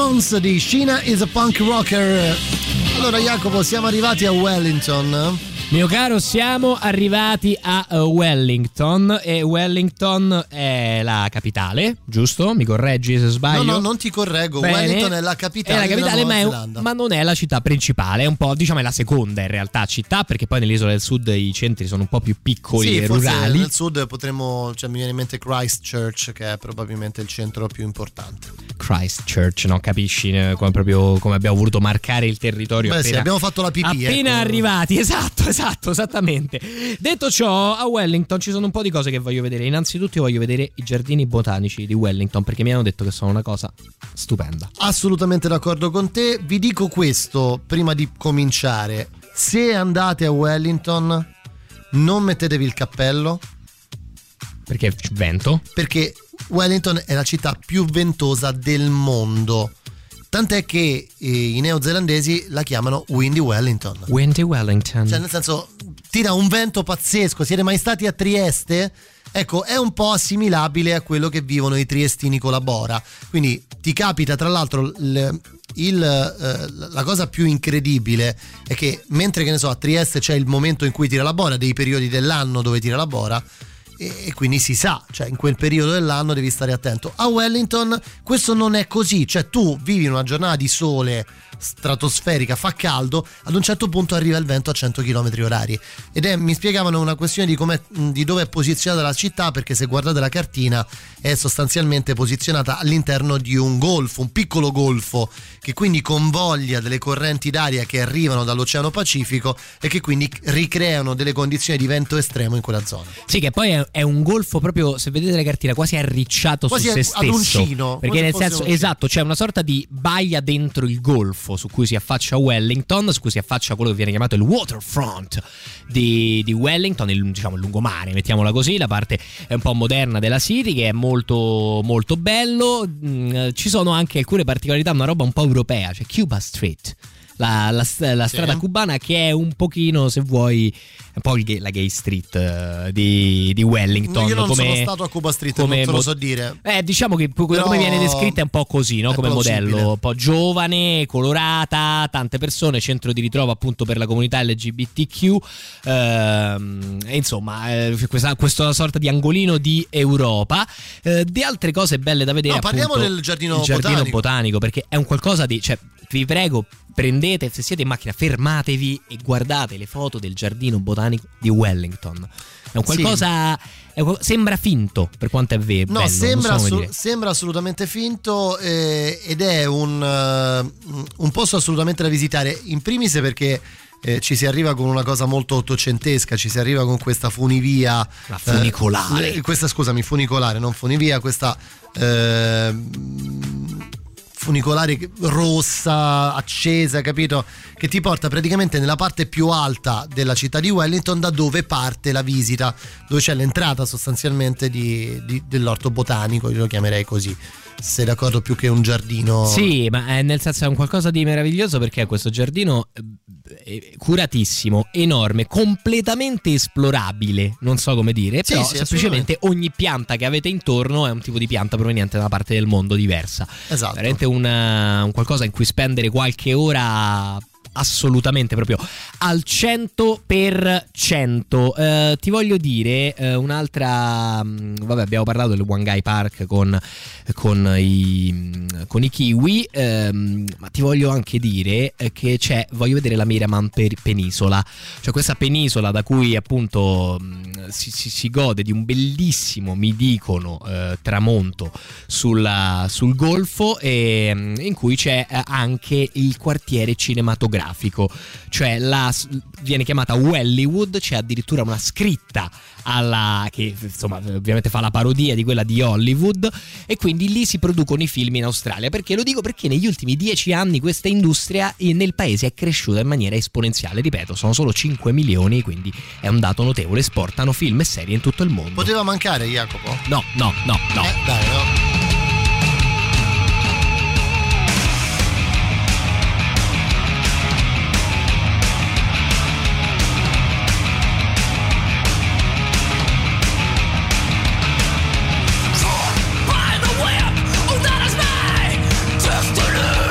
Stones di Sheena is a Punk Rocker. Allora Jacopo, siamo arrivati a Wellington. Mio caro, siamo arrivati a Wellington e Wellington è la capitale, giusto? Mi correggi se sbaglio? No, non ti correggo. Bene. Wellington è la capitale della Nuova Zelanda. Ma non è la città principale, è un po', diciamo, è la seconda in realtà città, perché poi nell'isola del sud i centri sono un po' più piccoli e rurali. Nel sud potremmo, mi viene in mente Christchurch, che è probabilmente il centro più importante. Christchurch, no? Capisci come abbiamo voluto marcare il territorio. Beh, sì, abbiamo fatto la pipì. Appena arrivati, esatto, esattamente. Detto ciò, a Wellington ci sono un po' di cose che voglio vedere. Innanzitutto io voglio vedere i giardini botanici di Wellington, perché mi hanno detto che sono una cosa stupenda. Assolutamente d'accordo con te. Vi dico questo prima di cominciare: se andate a Wellington non mettetevi il cappello, perché c'è vento. Perché Wellington è la città più ventosa del mondo. Tant'è che i neozelandesi la chiamano Windy Wellington. Windy Wellington. Cioè, nel senso, tira un vento pazzesco. Siete mai stati a Trieste? Ecco, è un po' assimilabile a quello che vivono i triestini con la Bora. Quindi ti capita, tra l'altro, la cosa più incredibile è che mentre, che ne so, a Trieste c'è il momento in cui tira la Bora, dei periodi dell'anno dove tira la Bora, e quindi si sa, cioè in quel periodo dell'anno devi stare attento. A Wellington questo non è così, cioè tu vivi in una giornata di sole stratosferica, fa caldo, ad un certo punto arriva il vento a 100 km/h mi spiegavano una questione di dove è posizionata la città, perché se guardate la cartina è sostanzialmente posizionata all'interno di un golfo, un piccolo golfo, che quindi convoglia delle correnti d'aria che arrivano dall'Oceano Pacifico e che quindi ricreano delle condizioni di vento estremo in quella zona. Sì, che poi è un golfo proprio, se vedete la cartina, quasi arricciato quasi su se stesso, ad uncino, perché nel senso, esatto, c'è una sorta di baia dentro il golfo su cui si affaccia Wellington, su cui si affaccia quello che viene chiamato il waterfront di Wellington, il lungomare, mettiamola così, la parte un po' moderna della city, che è molto molto bello. Ci sono anche alcune particolarità, una roba un po' europea, cioè Cuba Street, la strada cubana, che è un pochino, se vuoi, un po' la gay street di Wellington. Io non sono stato a Cuba Street, non te lo so dire. Diciamo che come viene descritta è un po' così, no? Come modello, un po' giovane, colorata, tante persone, centro di ritrovo appunto per la comunità LGBTQ, e insomma questa sorta di angolino di Europa. Di altre cose belle da vedere, parliamo appunto, del giardino botanico, perché è un qualcosa di, cioè, vi prego, prendete, se siete in macchina, fermatevi e guardate le foto del giardino botanico di Wellington. È un qualcosa, sembra finto per quanto è vero. No, bello, sembra assolutamente finto, ed è un posto assolutamente da visitare. In primis perché ci si arriva con una cosa molto ottocentesca, ci si arriva con questa funivia, la funicolare, funicolare, non funivia, questa funicolare rossa accesa, capito, che ti porta praticamente nella parte più alta della città di Wellington, da dove parte la visita, dove c'è l'entrata sostanzialmente dell'orto botanico, io lo chiamerei così. Sei d'accordo? Più che un giardino. Sì, ma nel senso è un qualcosa di meraviglioso, perché questo giardino curatissimo, enorme, completamente esplorabile, non so come dire, però semplicemente ogni pianta che avete intorno è un tipo di pianta proveniente da una parte del mondo diversa. Esatto. Veramente un qualcosa in cui spendere qualche ora assolutamente, proprio al 100%. Ti voglio dire un'altra, vabbè, abbiamo parlato del One Guy Park con i kiwi, ma ti voglio anche dire che voglio vedere la Miraman Penisola, cioè questa penisola da cui appunto si gode di un bellissimo, mi dicono, tramonto sul golfo, e in cui c'è anche il quartiere cinematografico, cioè viene chiamata Wellywood, c'è addirittura una scritta che insomma ovviamente fa la parodia di quella di Hollywood, e quindi lì si producono i film in Australia. Perché lo dico? Perché negli ultimi 10 anni questa industria nel paese è cresciuta in maniera esponenziale, ripeto, sono solo 5 milioni, quindi è un dato notevole, esportano film e serie in tutto il mondo. Poteva mancare, Jacopo? No. Dai, no. By the whip, oh that is me, destiny.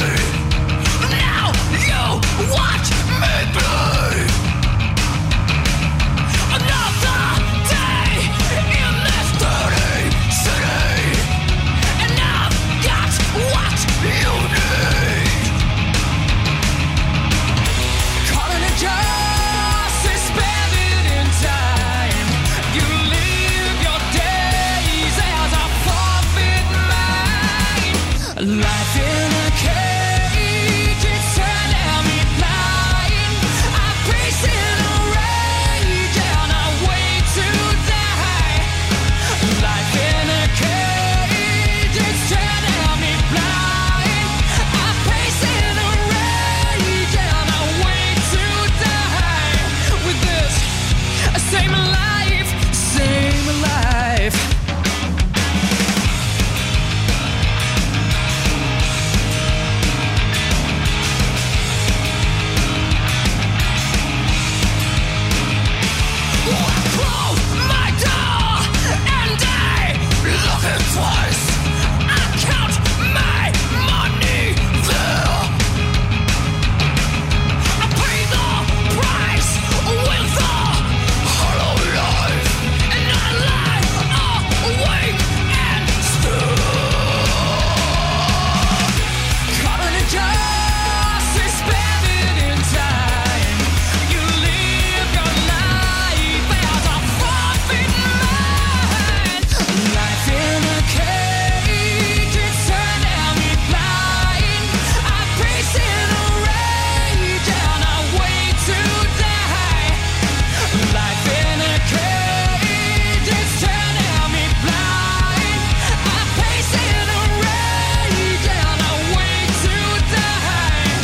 Life in a cage, it's turning me blind. I'm facing a rage and I wait to die. Life in a cage, it's turning me blind. I'm facing a rage and I wait to die. With this, same life, same life. Twice, I count my money there. I pay the price with a hollow life, and I lie awake and still. Caught in a justice, suspended in time. You live your life as a forfeit mind. Life in a cage, it's turning me blind. I'm facing a rage and I wait to die. Life in a cage, it's turning me blind. I'm facing a rage and I wait to die.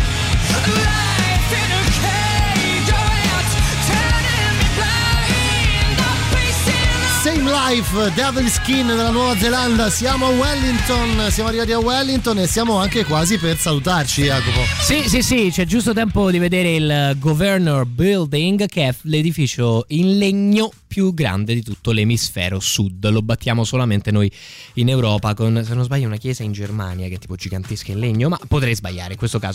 Life in a cage, oh it's turning me blind. I'm facing a Same Life, Devil Skin della Nuova Zelanda. Siamo a Wellington, siamo arrivati a Wellington e siamo anche quasi per salutarci, Jacopo. Sì, c'è giusto tempo di vedere il Governor Building, che è l'edificio in legno più grande di tutto l'emisfero sud. Lo battiamo solamente noi in Europa con, se non sbaglio, una chiesa in Germania che è tipo gigantesca in legno, ma potrei sbagliare in questo caso.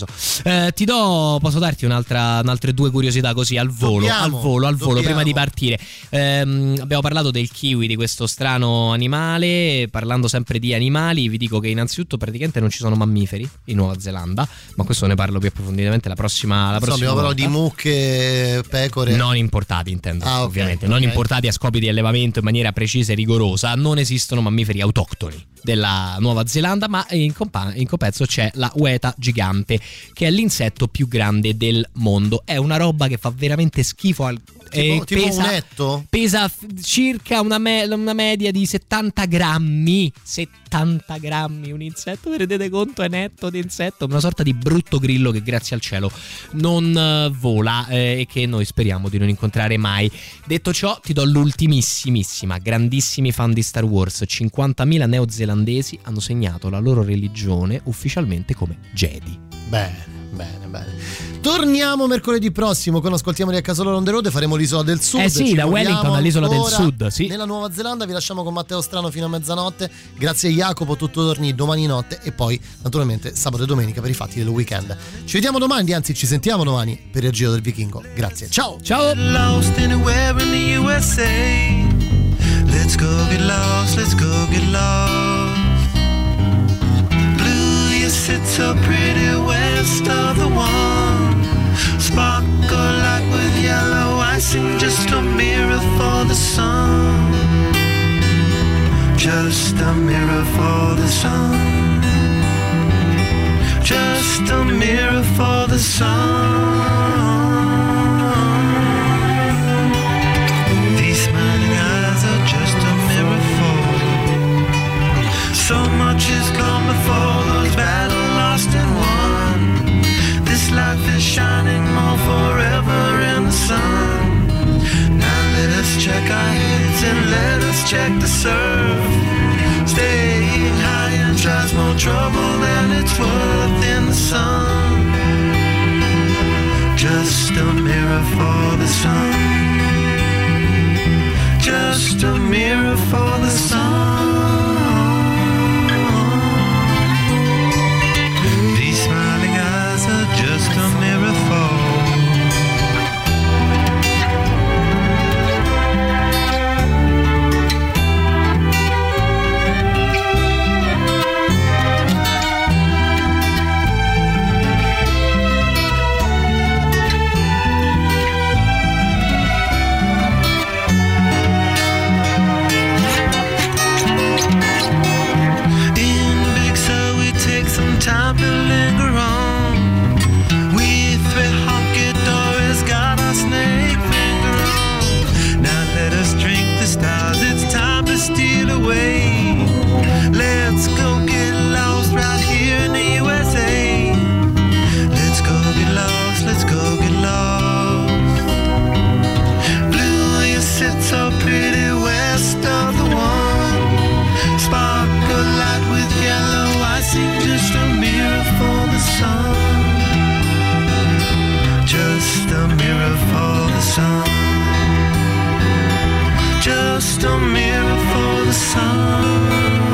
Posso darti altre due curiosità così al volo, prima di partire. Abbiamo parlato del kiwi, di questo strano animale. Parlando sempre di animali, vi dico che innanzitutto praticamente non ci sono mammiferi in Nuova Zelanda, ma questo ne parlo più approfonditamente la prossima Abbiamo però di mucche, pecore non importati, intendo, ovviamente, non importati a scopi di allevamento in maniera precisa e rigorosa. Non esistono mammiferi autoctoni della Nuova Zelanda, ma in compenso c'è la ueta gigante, che è l'insetto più grande del mondo. È una roba che fa veramente schifo tipo un etto? Pesa circa una media di 70 grammi. 70 grammi un insetto, vi rendete conto? È netto di insetto, una sorta di brutto grillo che grazie al cielo non vola e che noi speriamo di non incontrare mai. Detto ciò, ti do l'ultimissimissima. Grandissimi fan di Star Wars, 50.000 neozelandesi hanno segnato la loro religione ufficialmente come Jedi. Bene. Torniamo mercoledì prossimo con Ascoltiamoli a casa loro on the road. Faremo l'isola del sud. Da Wellington all'isola del sud, sì. Nella Nuova Zelanda vi lasciamo con Matteo Strano fino a mezzanotte. Grazie a Jacopo, tutto torni domani notte e poi naturalmente sabato e domenica per i fatti del weekend. Ci vediamo domani, anzi ci sentiamo domani per il Giro del Vichingo. Grazie, ciao. Lost anywhere in the USA. Let's go get lost, let's go get lost. Blue, you sit so pretty west of the one. Sparkle like with yellow icing, just a mirror for the sun. Just a mirror for the sun. Just a mirror for the sun. These smiling eyes are just a mirror for. So much has come before, those battles lost and won. This life is shining more forever in the sun. Now let us check our heads and let us check the surf. Staying high and tries more trouble than it's worth in the sun. Just a mirror for the sun. Just a mirror for the sun. These smiling eyes are just a mirror for. just a mirror for the sun. Just a mirror for the sun.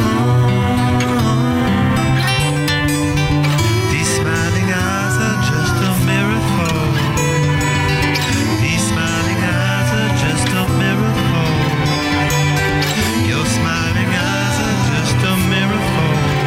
These smiling eyes are just a mirror for. These smiling eyes are just a mirror for. Your smiling eyes are just a mirror for.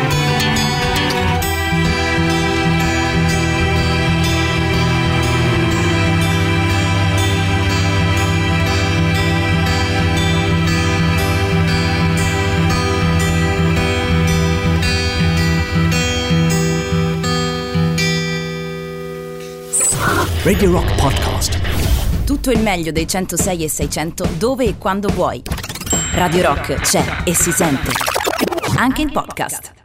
Radio Rock Podcast. Tutto il meglio dei 106 e 600 dove e quando vuoi. Radio Rock c'è e si sente. Anche in podcast.